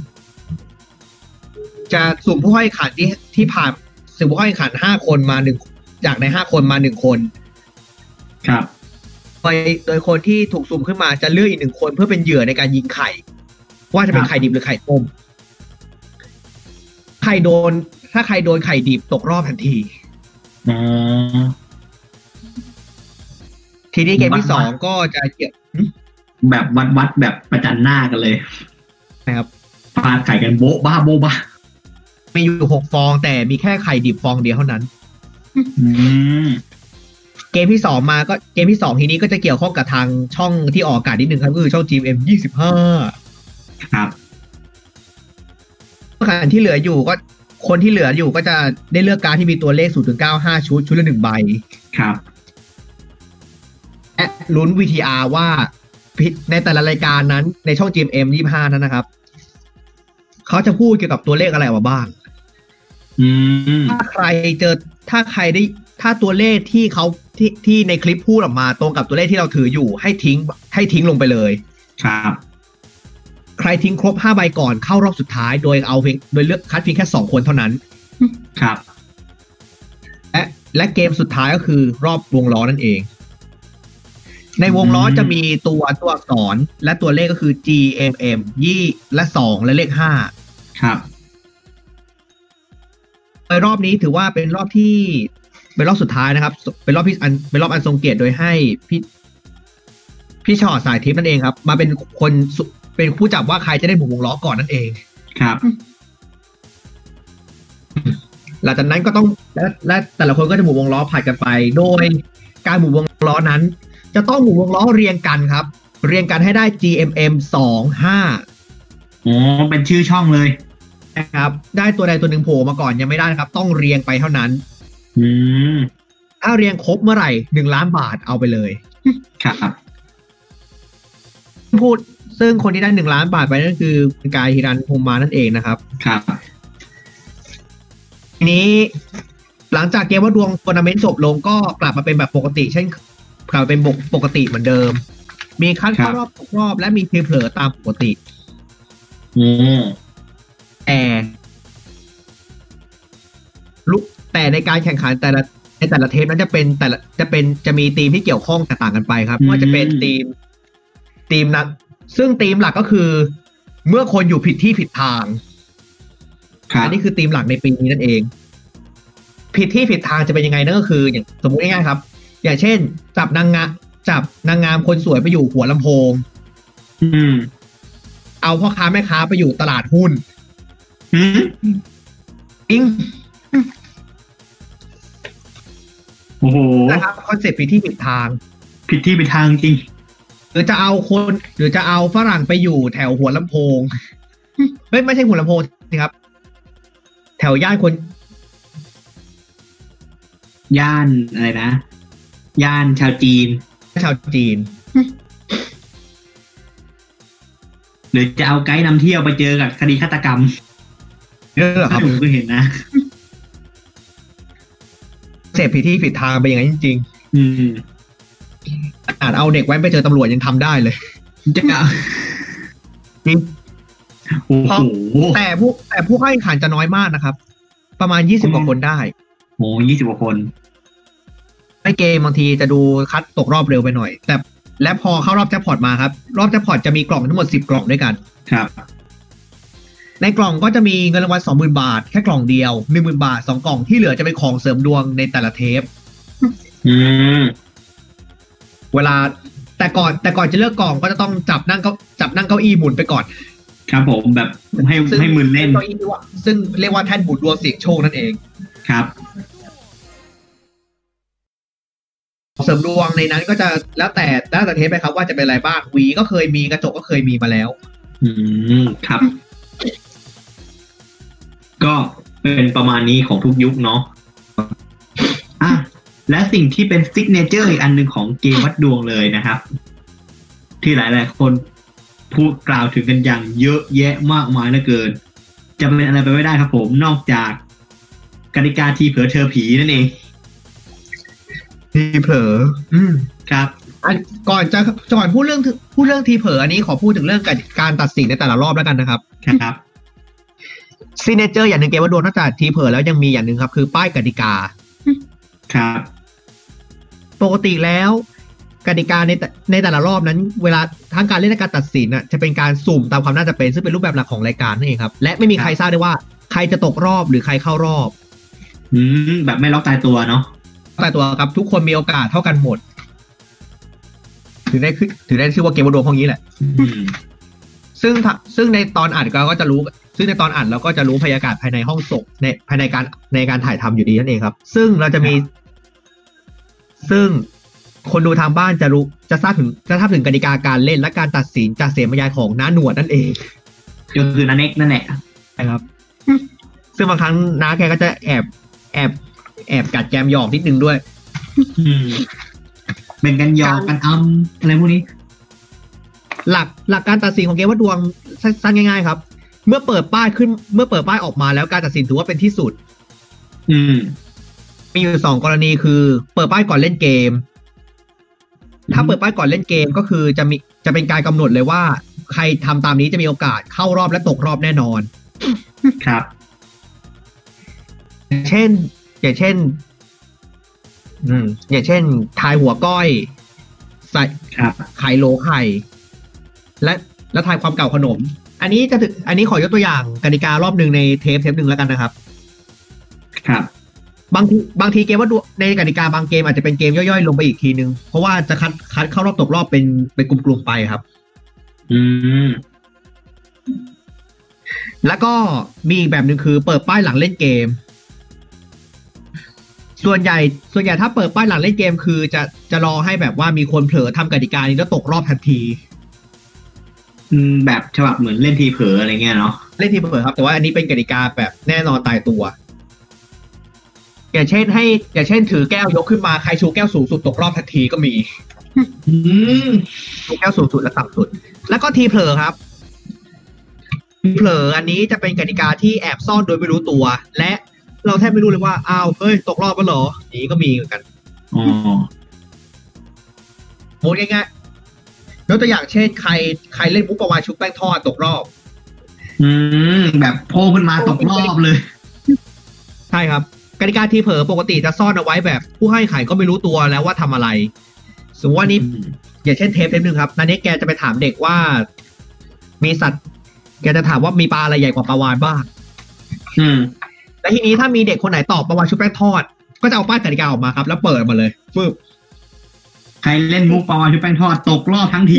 จะสุ่มผู้ให้ขันที่ผ่านสุ่มผู้ให้ขัน5 คนมา1จากใน5 คนมา1 คนครับโดยคนที่ถูกสุ่มขึ้นมาจะเลือกอีก1 คนเพื่อเป็นเหยื่อในการยิงไข่ว่าจะเป็นไข่ดิบหรือไข่ต้มถ้าใครโดนไข่ดิบตกรอบทันทีทีนี้เกมที่2ก็จะเกี่ยวแบบวัดแบบประจันหน้ากันเลยนะครับปาไข่กันโบ๊ะบ้ามีอยู่6 ฟองแต่มีแค่ไข่ดิบฟองเดียวเท่านั้นเกมที่2มาก็เกมที่2ทีนี้ก็จะเกี่ยวข้องกับทางช่องที่ออกอากาศนิดนึงครับคือช่อง GMM 25 ครับคนที่เหลืออยู่ก็จะได้เลือกการ์ดที่มีตัวเลข0 ถึง 9 5 ชุดละ1 ใบครับและลุ้น VTR ว่าในแต่ละรายการนั้นในช่อง GMM 25นั้นนะครับเขาจะพูดเกี่ยวกับตัวเลขอะไรมาบ้างถ้าตัวเลขที่เขาที่ในคลิปพูดออกมาตรงกับตัวเลขที่เราถืออยู่ให้ทิ้งลงไปเลยครับใครทิ้งครบ5 ใบก่อนเข้ารอบสุดท้ายโดยเลือกคัดเพียงแค่2 คนเท่านั้นครับและเกมสุดท้ายก็คือรอบวงล้อนั่นเองในวงล้อจะมีตัวอักษรและตัวเลขก็คือ GMM และ2และเลข5 ครับในรอบนี้ถือว่าเป็นรอบสุดท้ายนะครับเป็นรอบอันทรงเกียรติโดยให้พี่ชอสายทิพย์นั่นเองครับมาเป็นผู้จับว่าใครจะได้หมุนวงล้อก่อนนั่นเองครับหลังจากนั้นก็ต้องและแต่ละคนก็จะหมุนวงล้อผัดกันไปโดยการหมุนวงล้อนั้นจะต้องหมุนวงล้อเรียงกันครับเรียงกันให้ได้ GMM 25 เป็นชื่อช่องเลยนะครับได้ตัวใดตัวหนึ่งโผล่มาก่อนยังไม่ได้นะครับต้องเรียงไปเท่านั้นถ้าเรียงครบเมื่อไหร่1,000,000 บาทเอาไปเลยครับพูดซึ่งคนที่ได้1,000,000 บาทไปนั่นคือกายฮิรันพรหมานั่นเองนะครับครับทีนี้หลังจากเกมว่าดวงทัวร์นาเมนต์จบลงก็กลับมาเป็นแบบปกติเช่นกลับมาเป็นปกติเหมือนเดิมมีคัดเข้ารอบและมีเพลย์เผลอตามปกติแต่ในการแข่งขันแต่ละเทปนั้นจะมีทีมที่เกี่ยวข้องแตกต่างกันไปครับว่าจะเป็นทีมนั้นซึ่งทีมหลักก็คือเมื่อคนอยู่ผิดที่ผิดทางอันนี้คือทีมหลักในปีนี้นั่นเองผิดที่ผิดทางจะเป็นยังไงนั่นก็คืออย่างสมมุติง่ายๆครับอย่างเช่นจับนางงามคนสวยไปอยู่หัวลำโพงเอาพ่อค้าแม่ค้าไปอยู่ตลาดหุ้นอิงโอ้โหนะครับคอนเซ็ปต์ผิดที่ผิดทางจริงหรือจะเอาฝรั่งไปอยู่แถวหัวลำโพงไม่ใช่หัวลำโพงสิครับแถวย่านอะไรนะย่านชาวจีนหรือจะเอาไกด์นำเที่ยวไปเจอกับคดีฆาตกรรมครับผมก็เห็นนะเสพผิดที่ผิดทางไปอย่างนั้นจริงๆอาจเอาเด็กแว้นไปเจอตำรวจยังทำได้เลยจะจริงแต่ผู้เข้าแข่งขันจะน้อยมากนะครับประมาณ20 กว่าคนได้โอ้20 กว่าคนในเกมบางทีจะดูคัดตกรอบเร็วไปหน่อยแต่และพอเข้ารอบแจ็คพอตมาครับรอบแจ็คพอตจะมีกล่องทั้งหมด10 กล่องด้วยกันครับในกล่องก็จะมีเงินรางวัล 20,000 บาทแค่กล่องเดียว 10,000 บาท2 กล่องที่เหลือจะเป็นของเสริมดวงในแต่ละเทปเวลาแต่ก่อนจะเลือกกล่องก็จะต้องจับนั่งเก้าอี้หมุนไปก่อนครับผมแบบให้มือเล่นซึ่งเรียกว่าแท่นหมุนดวงเสี่ยงโชคนั่นเองครับเสริมดวงในนั้นก็จะแล้วแต่เทปไปครับว่าจะเป็นอะไรบ้างหวีก็เคยมีกระจกก็เคยมีมาแล้วครับก็เป็นประมาณนี้ของทุกยุคเนาะและสิ่งที่เป็นซิกเนเจอร์อีกอันนึงของเกมวัดดวงเลยนะครับที่หลายๆคนพูดกล่าวถึงกันอย่างเยอะแยะมากมายเหลือเกินจะเป็นอะไรไปไม่ได้ครับผมนอกจากกติกาทีเผลอเธอผีนั่นเองทีเผลอครับก่อนพูดเรื่องทีเผลออันนี้ขอพูดถึงเรื่องการตัดสินในแต่ละรอบแล้วกันนะครับครับซิกเนเจอร์อย่างหนึ่งเกมวัดดวงนอกจากทีเผลอแล้วยังมีอย่างหนึ่งครับคือป้ายกติกาครับปกติแล้วกติกาในแต่ละรอบนั้นเวลาทั้งการเล่นและการตัดสินจะเป็นการสุ่มตามความน่าจะเป็นซึ่งเป็นรูปแบบหลักของรายการนั่นเองครับและไม่มีใครทราบได้ว่าใครจะตกรอบหรือใครเข้ารอบแบบไม่ล็อกตายตัวเนาะตายตัวครับทุกคนมีโอกาสเท่ากันหมดถือได้ชื่อว่าเกมวัดดวงพวกนี้แหละซึ่งในตอนอ่านเราก็จะรู้ซึ่งในตอนอ่านเราก็จะรู้บรรยากาศภายในห้องส่งภายในการถ่ายทำอยู่ดีนั่นเองครับซึ่งคนดูทางบ้านจะทราบถึงกติกาการเล่นและการตัดสินจากเสียงบรรยายของน้าหนวดนั่นเองก็คือน้าเน็กนั่นแหละใช่ครับซึ่งบางครั้งน้าแกก็จะแอบกัดแกมหยอกนิดนึงด้วยเป็นกันหยอกกันอะไรพวกนี้หลักการตัดสินของเกมวัดดวงสั้นง่ายๆครับเมื่อเปิดป้ายออกมาแล้วการตัดสินถือว่าเป็นที่สุดมีอยู่2 กรณีคือเปิดป้ายก่อนเล่นเกมถ้าเปิดป้ายก่อนเล่นเกมก็คือจะเป็นการกำหนดเลยว่าใครทำตามนี้จะมีโอกาสเข้ารอบและตกรอบแน่นอนครับอย่างเช่นทายหัวก้อยใส่ไข่โหลไข่และทายความเก่าขนมอันนี้ขอยกตัวอย่างกติการอบนึงในเทปนึงแล้วกันนะครับครับบางทีเกมว่าในกติกาบางเกมอาจจะเป็นเกมย่อยๆลงไปอีกทีนึงเพราะว่าจะคัดเข้ารอบตกรอบเป็นกลุ่มๆไปครับแล้วก็มีอีกแบบนึงคือเปิดป้ายหลังเล่นเกมส่วนใหญ่ถ้าเปิดป้ายหลังเล่นเกมคือจะรอให้แบบว่ามีคนเผลอทำกติกานี้แล้วตกรอบทันทีแบบฉบับเหมือนเล่นทีเผลออะไรเงี้ยเนาะเล่นทีเผลอครับแต่ว่าอันนี้เป็นกติกาแบบแน่นอนตายตัวอย่างเช่นถือแก้วยกขึ้นมาใครชูแก้วสูงสุดตกรอบทันทีก็มีชูแก้วสูงสุดและต่ำสุดแล้วก็ทีเผลอครับทีเผลออันนี้จะเป็นกติกาที่แอบซ่อนโดยไม่รู้ตัวและเราแทบไม่รู้เลยว่าอ้าวเฮ้ยตกรอบแล้วเหรอนี้ก็มีเหมือนกันโหง่ายๆยกตัวอย่างเช่นใครเล่นมุกประวานชุบแป้งทอดตกรอบแบบโผล่ขึ้นมาตกรอบเลยใช่ครับกติกาทีเผลอปกติจะซ่อนเอาไว้แบบผู้ให้ไข่ก็ไม่รู้ตัวแล้วว่าทำอะไรสมมติว่านี้อย่างเช่นเทปนึงครับนันนี้แกจะไปถามเด็กว่ามีสัตว์แกจะถามว่ามีปลาอะไรใหญ่กว่าปลาวาฬบ้างและทีนี้ถ้ามีเด็กคนไหนตอบปลาวาฬชุบแป้งทอดก็จะเอาป้ายกติกาออกมาครับแล้วเปิดมาเลยฟึบใครเล่นมุกปลาวาฬชุบแป้งทอดตกรอบทั้งที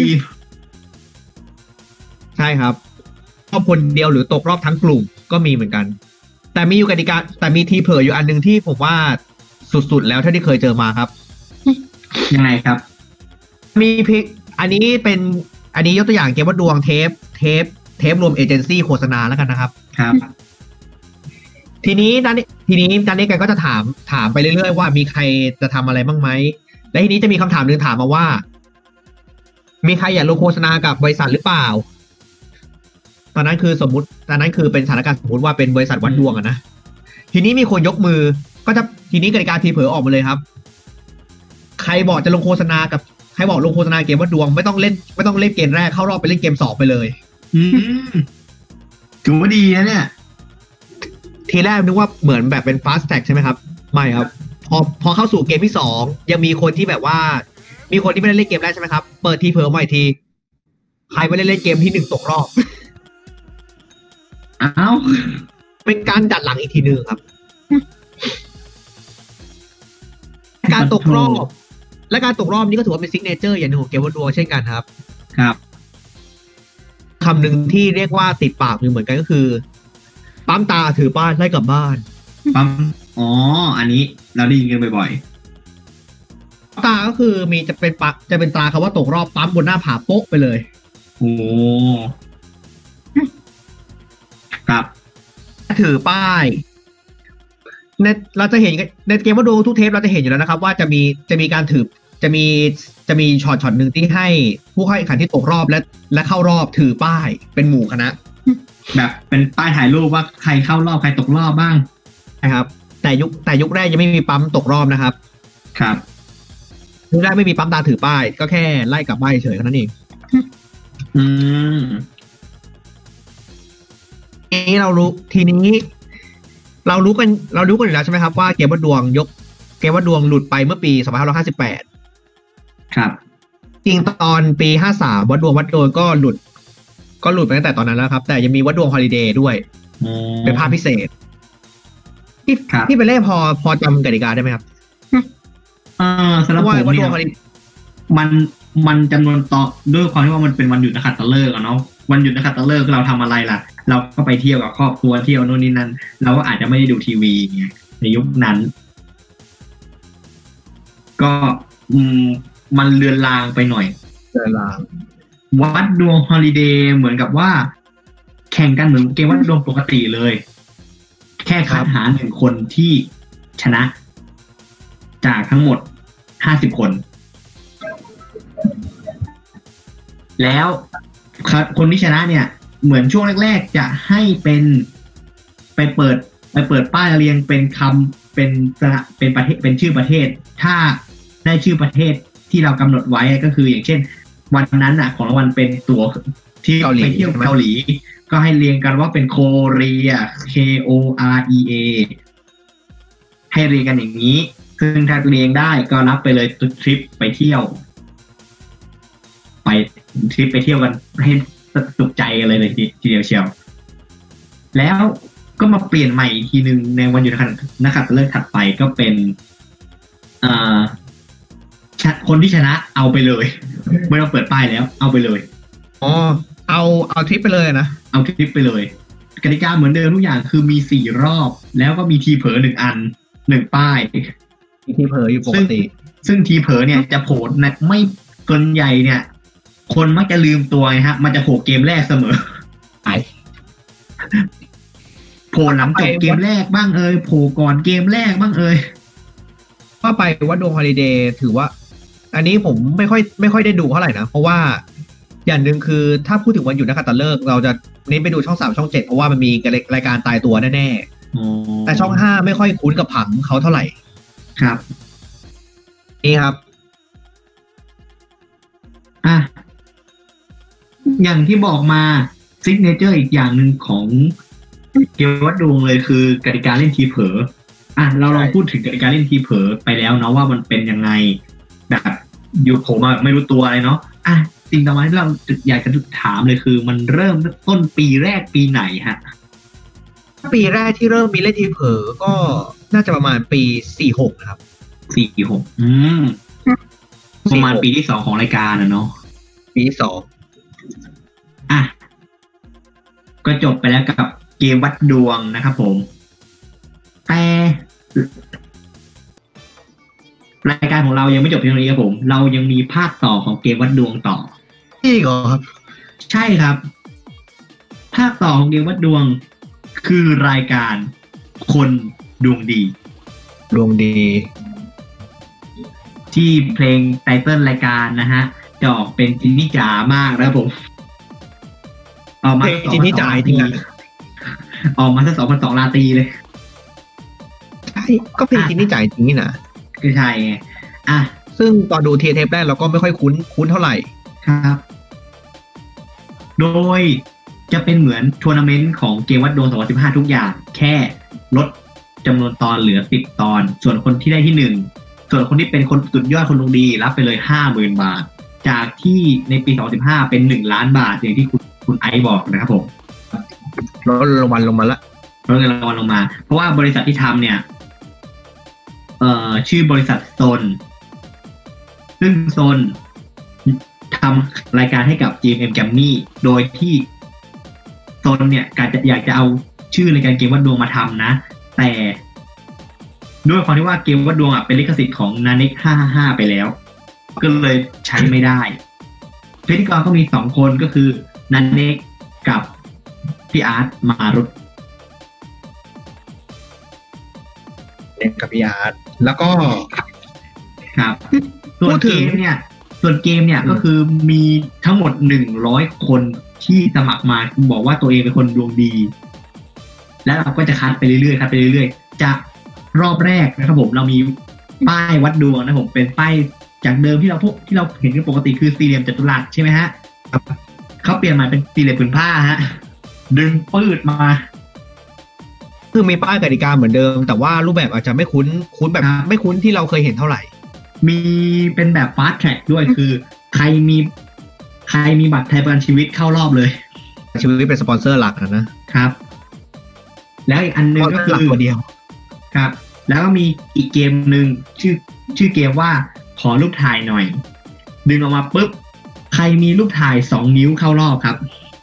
ใช่ครับรอบคนเดียวหรือตกรอบทั้งกลุ่มก็มีเหมือนกันแต่มีอยู่กติกาแต่มีทีเผลออยู่อันนึงที่ผมว่าสุดๆแล้วเท่าที่เคยเจอมาครับยังไงครับมีอันนี้ยกตัวอย่างเกมว่าดวงเทปรวมเอเจนซี่โฆษณาแล้วกันนะครับครับทีนี้ด้านนี้แกก็จะถามไปเรื่อยๆว่ามีใครจะทำอะไรบ้างไหมและทีนี้จะมีคำถามนึงถามมาว่ามีใครอยากลงโฆษณากับบริษัทหรือเปล่าตอนนั้นคือเป็นสถานการณ์สมมติว่าเป็นบริษัทวัดดวงอะนะทีนี้มีคนยกมือก็จะทีนี้กติกาทีเผลอออกมาเลยครับใครบอกจะลงโฆษณากับใครบอกลงโฆษณาเกมวัดดวงไม่ต้องเล่นเกมแรกเข้ารอบไปเล่นเกม2ไปเลยถือว่าดีนะเนี่ยทีแรกนึกว่าเหมือนแบบเป็น fast track ใช่ไหมครับไม่ครับพอเข้าสู่เกมที่2ยังมีคนที่แบบว่ามีคนที่ไม่ได้เล่นเกมแรกใช่ไหมครับเปิดทีเผลอมาอีกทีใครไม่ได้เล่นเกมที่1ตกรอบอ้าวเป็นการดัดหลังอีกทีนึงครับการตกรอบและการตกรอบนี้ก็ถือว่าเป็นซิกเนเจอร์อย่างหนึ่งของเกมวัดดวงเช่นกันครับครับคำหนึ่งที่เรียกว่าติดปากเหมือนกันก็คือปั๊มตาถือป้ายไล่กลับบ้านปั๊มอันนี้เราได้ยินกันบ่อยๆตาก็คือจะเป็นตาคำว่าตกรอบปั๊มบนหน้าผาโป๊ะไปเลยโอ้ครับถือป้ายเราจะเห็นในเกมว่าดูทุกเทปเราจะเห็นอยู่แล้วนะครับว่าจะมีการถือจะมีช็อตหนึ่งที่ให้ผู้เข้าแข่งขันที่ตกรอบและเข้ารอบถือป้ายเป็นหมู่คณะแบบเป็นป้ายถ่ายรูปว่าใครเข้ารอบใครตกรอบบ้างนะครับแต่ยุคแรกยังไม่มีปั๊มตกรอบนะครับครับยุคแรกไม่มีปั๊มตาถือป้ายก็แค่ไล่กลับบ้านเฉยๆแค่นั้นเองนี้เรารู้กันอยู่แล้วใช่ไหมครับว่าเกมวัดดวงหลุดไปเมื่อปี2558 ครับจริงตอนปี53วัดดวงก็หลุดไปตั้งแต่ตอนนั้นแล้วครับแต่ยังมีวัดดวงฮอลิเดย์ด้วยเป็นภาพพิเศษที่เป็นเล่พอจำกติกาได้ไหมครับสำหรับผมเนี่ยมันจำนวนต่อด้วยความที่ว่ามันเป็นวันหยุดนักขัตฤกษ์อะเนาะวันหยุดนักขัตฤกษ์เราทำอะไรล่ะเราก็ไปเที่ยวกับครอบครัวเที่ยวโน่นนี่นั่นเราก็อาจจะไม่ได้ดูทีวีไงในยุคนั้นก็มันเลือนลางไปหน่อยวัดดวงฮอลิเดย์เหมือนกับว่าแข่งกันเหมือนเกมวัดดวงปกติเลยแค่คัดหา1คนที่ชนะจากทั้งหมด50คนแล้วคนที่ชนะเนี่ยเหมือนช่วงแรกๆจะให้ไปเปิดป้ายเรียงเป็นคำเป็นประเทศเป็นชื่อประเทศถ้าได้ชื่อประเทศที่เรากำหนดไว้ก็คืออย่างเช่นวันนั้นอ่ะของรางวัลเป็นตั๋วที่ไปเที่ยวเกาหลีก็ให้เรียงกันว่าเป็นโคเรีย KOREA ให้เรียงกันอย่างนี้ซึ่งถ้าเรียงได้ก็รับไปเลยทริปไปเที่ยวกันให้สุขใจกันเลยทีเดียวเชียวแล้วก็มาเปลี่ยนใหม่อีกทีนึงในวันหยุดนักขัตฤกษ์ถัดไปก็เป็นคนที่ชนะเอาไปเลยไม่ต้องเปิดป้ายแล้วเอาไปเลยเอาทริปไปเลยนะเอาทริปไปเลยกติกาเหมือนเดิมทุกอย่างคือมี4รอบแล้วก็มีทีเผลอ1อัน1ป้ายมีทีเผลออยู่ปกติซึ่งทีเผลอเนี่ยจะโผล่ไม่ส่วนใหญ่เนี่ยคนมักจะลืมตัวไงฮะมันจะโผล่เกมแรกเสมอโผผล่หลังจบเกมแรกบ้างโผล่ก่อนเกมแรกบ้างว่าไปวัดดวงฮอลิเดย์ถือว่า อันนี้ผมไม่ค่อยได้ดูเท่าไหร่นะเพราะว่าอย่างหนึ่งคือถ้าพูดถึงวันหยุดนักขัตฤกษ์เราจะเน้นไปดูช่อง3ช่อง7เพราะว่ามันมีรายการตายตัวแน่ๆแต่ช่อง5ไม่ค่อยคุ้นกับผังเขาเท่าไหร่ครับนี่ครับอย่างที่บอกมาซิกเนเจอร์อีกอย่างหนึ่งของเกมวัดดวงเลยคือกติกาเล่นทีเผลอเราลองพูดถึงกติกาเล่นทีเผลอไปแล้วเนาะว่ามันเป็นยังไงแบบอยู่ผมไม่รู้ตัวอะไรเนาะสิ่งต่อมาที่เราอยากจะถามเลยคือมันเริ่มต้นปีแรกปีไหนฮะปีแรกที่เริ่มมีเล่นทีเผลอก็น่าจะประมาณปี46นะครับ 46ประมาณปีที่2ของรายการเนาะปีที่2 ก็จบไปแล้วกับเกมวัดดวงนะครับผมแต่รายการของเรายังไม่จบเพียงเท่านี้ครับผมเรายังมีภาคต่อของเกมวัดดวงต่ออีกเหรอครับใช่ครับภาคต่อของเกมวัดดวงคือรายการคนดวงดีที่เพลงไตเติ้ลรายการนะฮะจะออกเป็นจินนี่จ๋ามากนะครับผมออกมาจินนี่จ๋าจริงอ่ะออกมาสัก2002ลาตีเลยใช่ก็เพลงจินนี่จ๋าจริงนี่นะคือใช่ไงซึ่งตอนดูเทปแรกเราก็ไม่ค่อยคุ้นเท่าไหร่ครับโดยจะเป็นเหมือนทัวร์นาเมนต์ของเกมวัดดวง2015ทุกอย่างแค่ลดจำนวนตอนเหลือ10ตอนส่วนคนที่ได้ที่1ส่วนคนที่เป็นคนสุดยอดคนดวงดีรับไปเลย 50,000 บาทจากที่ในปี2015เป็น1ล้านบาทอย่างที่คุณไอซ์บอกนะครับผมลดรางวัลลงมาละลดเงินรางวัลลงมาเพราะว่าบริษัทที่ทำเนี่ยชื่อบริษัทโซนซึ่งโซนทำรายการให้กับ GMM Grammy โดยที่โซนเนี่ยอยากจะเอาชื่อรายการเกมวัดดวงมาทำนะแต่ด้วยความที่ว่าเกมวัดดวงเป็นลิขสิทธิ์ของนาเน็ก555ไปแล้วก็เลยใช้ไม่ได้พิธีกรก็มี2คนก็คือนาเน็กกับพี่อาร์ตมารุตกับพี่อาร์ตแล้วก็ครับส่วนเกมเนี่ยก็คือมีทั้งหมด100คนที่สมัครมาบอกว่าตัวเองเป็นคนดวงดีแล้วเราก็จะคัดไปเรื่อยๆจากรอบแรกนะครับผมเรามีป้ายวัดดวงนะผมเป็นป้ายจากเดิมที่เราเห็นกันปกติคือสี่เหลี่ยมจัตุรัสใช่ไหมฮะเขาเปลี่ยนมาเป็นสี่เหลี่ยมผืนผ้าฮะดึงปืดมาคือมีป้ายกติกาเหมือนเดิมแต่ว่ารูปแบบอาจจะไม่คุ้นแบบไม่คุ้นที่เราเคยเห็นเท่าไหร่มีเป็นแบบ fast track ด้วยคือใครมีบัตรไทยประกันชีวิตเข้ารอบเลยชีวิตเป็นสปอนเซอร์หลักนะครับแล้วอีกอันนึงก็คือตัวเดียวครับแล้วก็มีอีกเกมนึงชื่อเกมว่าขอรูปถ่ายหน่อยดึงออกมาปุ๊บใครมีรูปถ่าย2นิ้วเข้ารอบครับ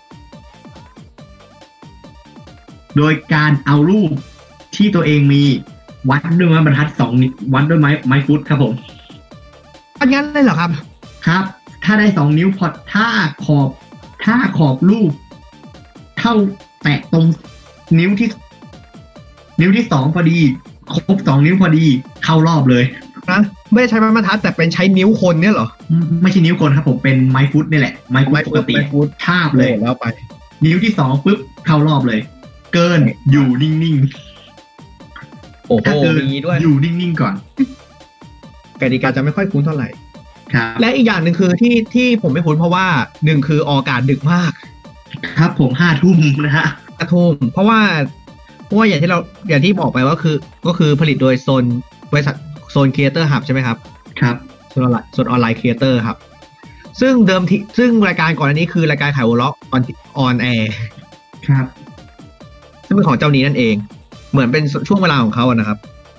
โดยการเอารูปที่ตัวเองมีวัดด้วยไม้บรรทัด2นิ้ววัดด้วยไม้ฟุตครับผมอันนั้นเลยเหรอครับครับถ้าได้2นิ้วพอถ้าขอบรูปเท่าแตะตรงนิ้วที่2พอดีครบ2นิ้วพอดีเข้ารอบเลยนะไม่ได้ใช้ไม้บรรทัดแต่เป็นใช้นิ้วคนเนี่ยเหรอไม่ใช่นิ้วคนครับผมเป็นไม้ฟุตนี่แหละไม้ฟุตปกติทาบเลยแล้วไปนิ้วที่2ปุ๊บเข้ารอบเลยเกินอยู่นิ่งๆโอ้โหมีด้วยอยู่นิ่งๆก่อนกติกาจะไม่ค่อยคุ้นเท่าไหร่ครับและอีกอย่างหนึ่งคือที่ผมไม่คุ้นเพราะว่า1คือออกอากาศดึกมากครับผม5 ทุ่มนะฮะ 5 ทุ่มเพราะว่าอย่างที่บอกไปว่าก็คือผลิตโดยบริษัทโซนครีเอเตอร์ฮับใช่ไหมครับครับโซนออนไลน์ครีเอเตอร์ครับซึ่งรายการก่อนอันนี้คือรายการขายหัวเราะออนแอร์ครับซึ่งเป็นของเจ้านี้นั่นเองเหมือนเป็นช่วงเวลาของเขานะครับ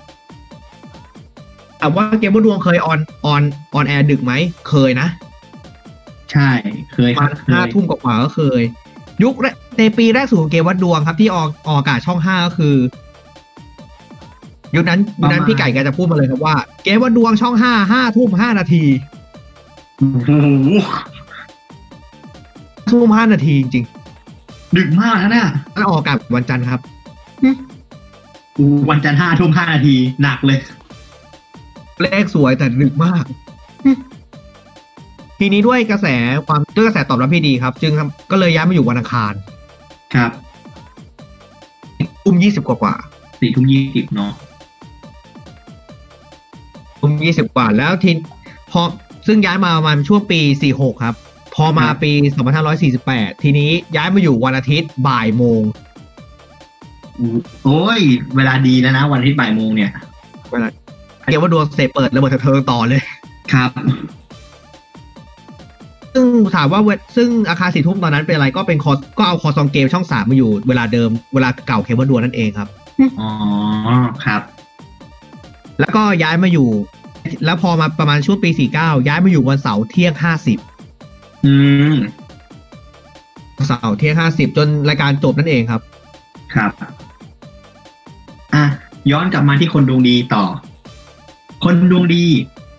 แต่ว่าเกมวัดดวงเคยออนแอร์ดึกไหมเคยนะใช่เคยครับ5 ทุ่มกว่าก็เคยยุคในปีแรกสุดของเกมวัดดวงครับที่ออกอากาศช่อง5ก็คือยุคนั้นพี่ไก่แกจะพูดมาเลยครับว่าเกมวัดดวงช่อง5 ทุ่ม 5 นาทีทุ่ม 5 นาทีจริงดึกมากนะเนี่ยแล้วออกอากาศวันจันทร์ครับวันจันทร์5:05 หนักเลยเลขสวยแต่ดึกมากทีนี้ด้วยกระแสตอบรับที่ดีครับจึงก็เลยย้ายมาอยู่วันอังคารครับ 20 กว่า 4:20เนาะ 20 กว่าแล้วทีพอซึ่งย้ายมาประมาณช่วงปี46ครับพอมาปี2548ทีนี้ย้ายมาอยู่วันอาทิตย์บ่ายโมงโอ้ยเวลาดีแล้วนะวันอาทิตย์บ่ายโมงเนี่ยเวลาเกี่ยวว่าดวงเสร็จเปิดระเบิดเทิงต่อเลยครับซึ่งถามว่าซึ่งอาคาร4 ทุ่มตอนนั้นเป็นอะไรก็เป็นก็เอาคอซองเกมช่อง3มาอยู่เวลาเดิมเวลาเก่าเคเบิลดวงนั่นเองครับอ๋อครับแล้วก็ย้ายมาอยู่แล้วพอมาประมาณช่วงปี49ย้ายมาอยู่วันเสาร์เที่ยง50เสาร์เที่ยง50จนรายการจบนั่นเองครับครับย้อนกลับมาที่คนดวงดีต่อคนดวงดี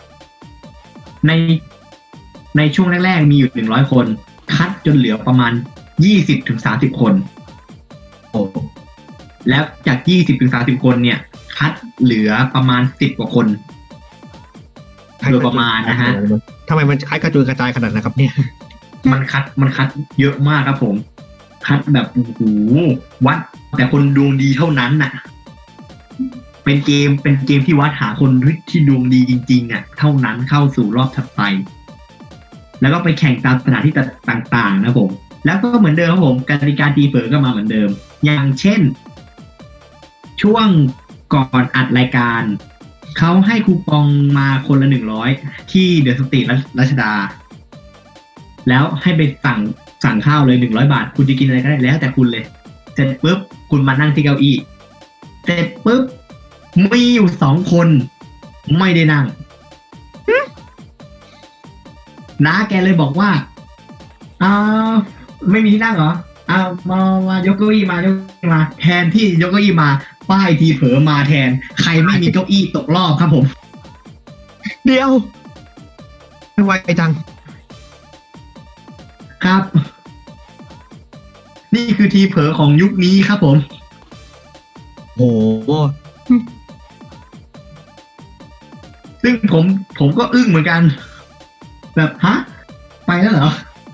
ในช่วงแรกๆมีอยู่100 คนคัดจนเหลือประมาณ 20-30 คนโอ้แล้วจาก 20-30 คนเนี่ยคัดเหลือประมาณ10 กว่าคนโดยประมาณนะฮะทำไมมันคัดกระจุยกระจายขนาดนั้นครับเนี่ยมันคัดเยอะมากครับผมคัดแบบโอ้โหวัดแต่คนดวงดีเท่านั้นน่ะเป็นเกมที่วัดหาคนที่ดวงดีจริงๆเท่านั้นเข้าสู่รอบถัดไปแล้วก็ไปแข่งตามสถานที่ต่างๆนะผมแล้วก็เหมือนเดิมครับผมกติกาตีเปิดก็มาเหมือนเดิมอย่างเช่นช่วงก่อนอัดรายการเขาให้คูปองมาคนละ100ที่เดอะสตรีทรัชดาแล้วให้ไปสั่งข้าวเลย100 บาทคุณจะกินอะไรก็ได้แล้วแต่คุณเลยเสร็จปุ๊บคุณมานั่งที่เก้าอี้เสร็จปุ๊บมีอยู่2 คนไม่ได้นั่งน้าแกเลยบอกว่าไม่มีที่นั่งเหรอมายกเก้าอี้มาแทนที่ยกเก้าอี้มาป้ายทีเผลอมาแทนใครไม่มีเก้าอี้ตกรอบครับผมเดี๋ยวไม่ไหวจังครับนี่คือทีเผลอของยุคนี้ครับผมโอ้ซึ่งผมก็อึ้งเหมือนกันแบบฮะไปแล้วเหรอ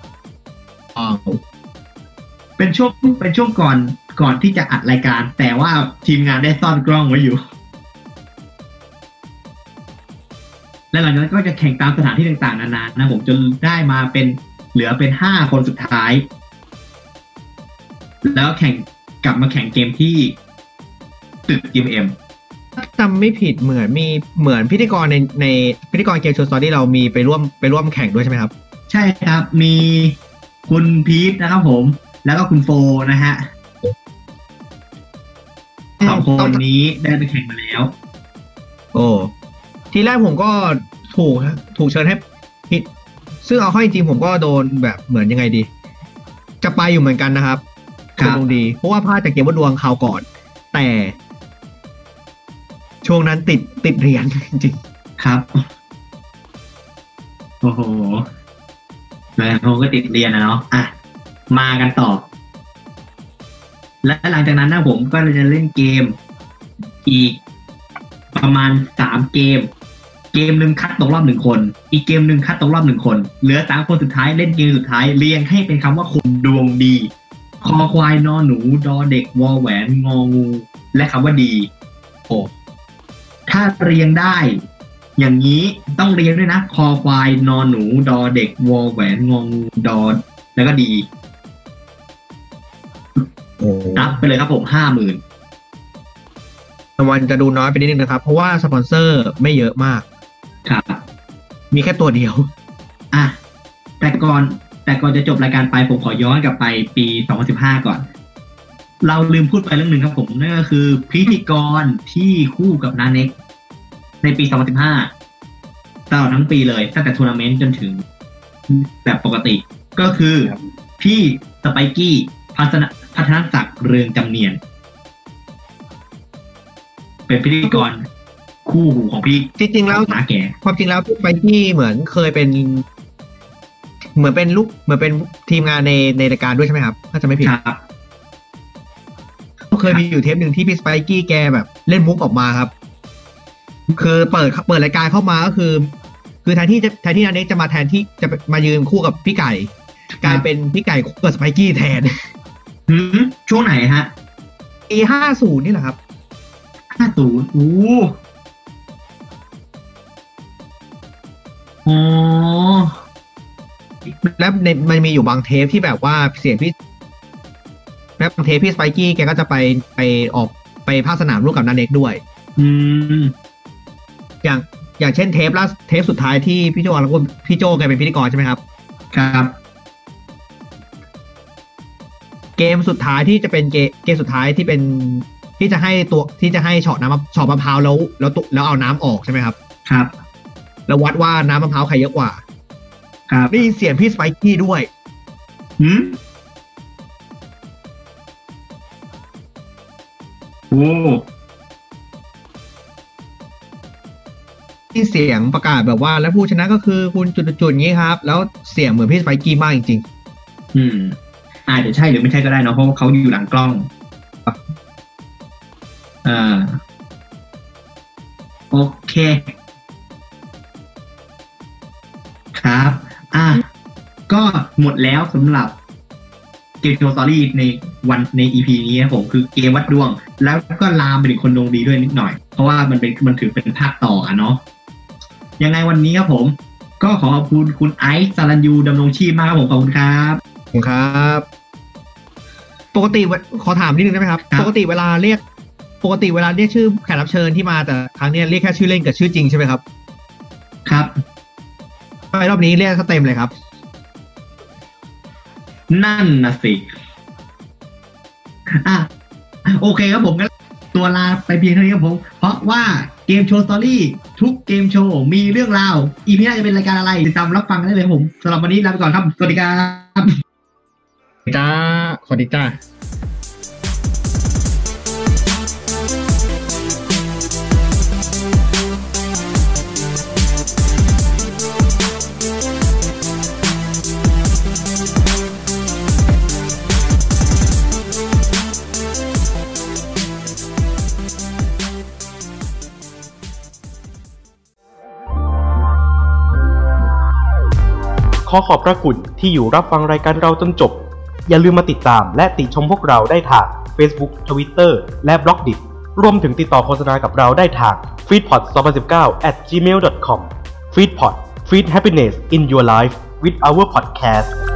เป็นช่วงก่อนที่จะอัดรายการแต่ว่าทีมงานได้ซ่อนกล้องไว้อยู่และหลังจากนั้นก็จะแข่งตามสถานที่ต่างๆนานานะผมจนได้มาเหลือเป็น5 คนสุดท้ายแล้วกลับมาแข่งเกมที่ตึก GMM จำไม่ผิดเหมือนพิธีกรในพิธีกรเกมโชว์สตอรี่เรามีไปร่วมแข่งด้วยใช่ไหมครับใช่ครับมีคุณพีทนะครับผมแล้วก็คุณโฟนะฮะ2 คนนี้ได้ไปแข่งมาแล้วโอ้ทีแรกผมก็ถูกเชิญให้พิทซึ่งเอาเข้าจริงๆผมก็โดนแบบเหมือนยังไงดีจะไปอยู่เหมือนกันนะครับคือดวงดีเพราะว่าพลาดจากเกมว่าดวงคราวก่อนแต่ช่วงนั้นติดเรียนจริงๆครับโอ้โหแล้วผมก็ติดเรียนนะเนาะมากันต่อและหลังจากนั้นนะผมก็จะเล่นเกมอีกประมาณ3 เกมนึงคัดตกรอบ1 คนอีกเกมนึงคัดตกรอบ1 คนเหลือ3 คนสุดท้ายเล่นเกมสุดท้ายเรียงให้เป็นคำว่าคนดวงดีคอควายนอหนูดอเด็กวอแหวนงองูและคำว่าดีโอ้ถ้าเรียงได้อย่างนี้ต้องเรียงด้วยนะคอควายนอหนูดอเด็กวอแหวนงองูดอแล้วก็ดีรับไปเลยครับผม 50,000 รางวัลจะดูน้อยไปนิดนึงนะครับเพราะว่าสปอนเซอร์ไม่เยอะมากครับมีแค่ตัวเดียวแต่ก่อนจะจบรายการไปผมขอย้อนกลับไปปี2015ก่อนเราลืมพูดไปเรื่องนึงครับผมนั่นก็คือพิธีกรที่คู่กับนาเน็กในปี2015ตลอดทั้งปีเลยตั้งแต่ทัวร์นาเมนต์จนถึงแบบปกติก็คือพี่สไปกี้พัฒนศักดิ์เรืองจำเนียนเป็นพิธีกรคู่หูของพี่จริงๆแล้วนาแก่ความจริงแล้วพี่สไปกี้เหมือนเคยเป็นเหมือนเป็นทีมงานในรายการด้วยใช่ไหมครับถ้าจะไม่ผิดครับเคยมีอยู่เทปหนึ่งที่พี่สไปกี้แกแบบเล่นมุกออกมาครับคือเปิดรายการเข้ามาก็คือแทนที่นันเน็กจะมาแทนที่จะมายืนคู่กับพี่ไก่กลายเป็นพี่ไก่คู่กับสไปกี้แทนช่วงไหนฮะปี50นี่แหละครับ 50อ๋อแล้วมันมีอยู่บางเทปที่แบบว่าเสียงพี่แล้วบางเทปพี่สไปกี้แกก็จะไปออกไปภาคสนามร่วมกับนันเน็กด้วยอย่างเช่นเทปสุดท้ายที่พี่โจแล้วก็พี่โจแกเป็นพิธีกรใช่ไหมครับครับเกมสุดท้ายที่จะเป็นเกมสุดท้ายที่เป็นที่จะให้เฉาะมะพร้าวแล้วเอาน้ำออกใช่ไหมครับครับแล้ววัดว่าน้ำมะพร้าวใครเยอะกว่าครับได้ยินเสียงพี่สไปกี้ด้วยโอ้ที่เสียงประกาศแบบว่าแล้วผู้ชนะก็คือคุณจุดๆงี้ครับแล้วเสียงเหมือนพี่สไปกี้มากจริงๆอาจจะใช่หรือไม่ใช่ก็ได้เนาะเพราะว่าเขาอยู่หลังกล้องโอเคครับก็หมดแล้วสำหรับเกมโชว์สตอรี่ใน EP นี้ครับผมคือเกมวัดดวงแล้วก็ลามไปถึงคนดวงดีด้วยนิดหน่อยเพราะว่ามันถือเป็นภาคต่อเนาะยังไงวันนี้ครับผมก็ขอขอบคุณคุณไอซ์สรัญยูดำรงชีพมากครับผมขอบคุณครับขอบคุณครับปกติขอถามนิดนึงได้ไหมครับปกติเวลาเรียกชื่อแขกรับเชิญที่มาแต่ครั้งนี้เรียกแค่ชื่อเล่นกับชื่อจริงใช่ไหมครับครับไปรอบนี้เรียกเต็มเลยครับนั่นนะสิโอเคครับผมงั้นตัวลาไปเพียงเท่านี้ครับผมเพราะว่าเกมโชว์สตอรี่ทุกเกมโชว์มีเรื่องราวอีพีหน้าจะเป็นรายการอะไรติดตามรับฟังได้เลยผมสำหรับวันนี้ลาไปก่อนครับสวัสดีครับจ้าสวัสดีจ้าขอขอบพระคุณที่อยู่รับฟังรายการเราจนจบอย่าลืมมาติดตามและติชมพวกเราได้ทาง Facebook Twitter และ Blogdit รวมถึงติดต่อโฆษณากับเราได้ทาง feedpot2019@gmail.com Feedpot Feed Happiness in Your Life with our podcast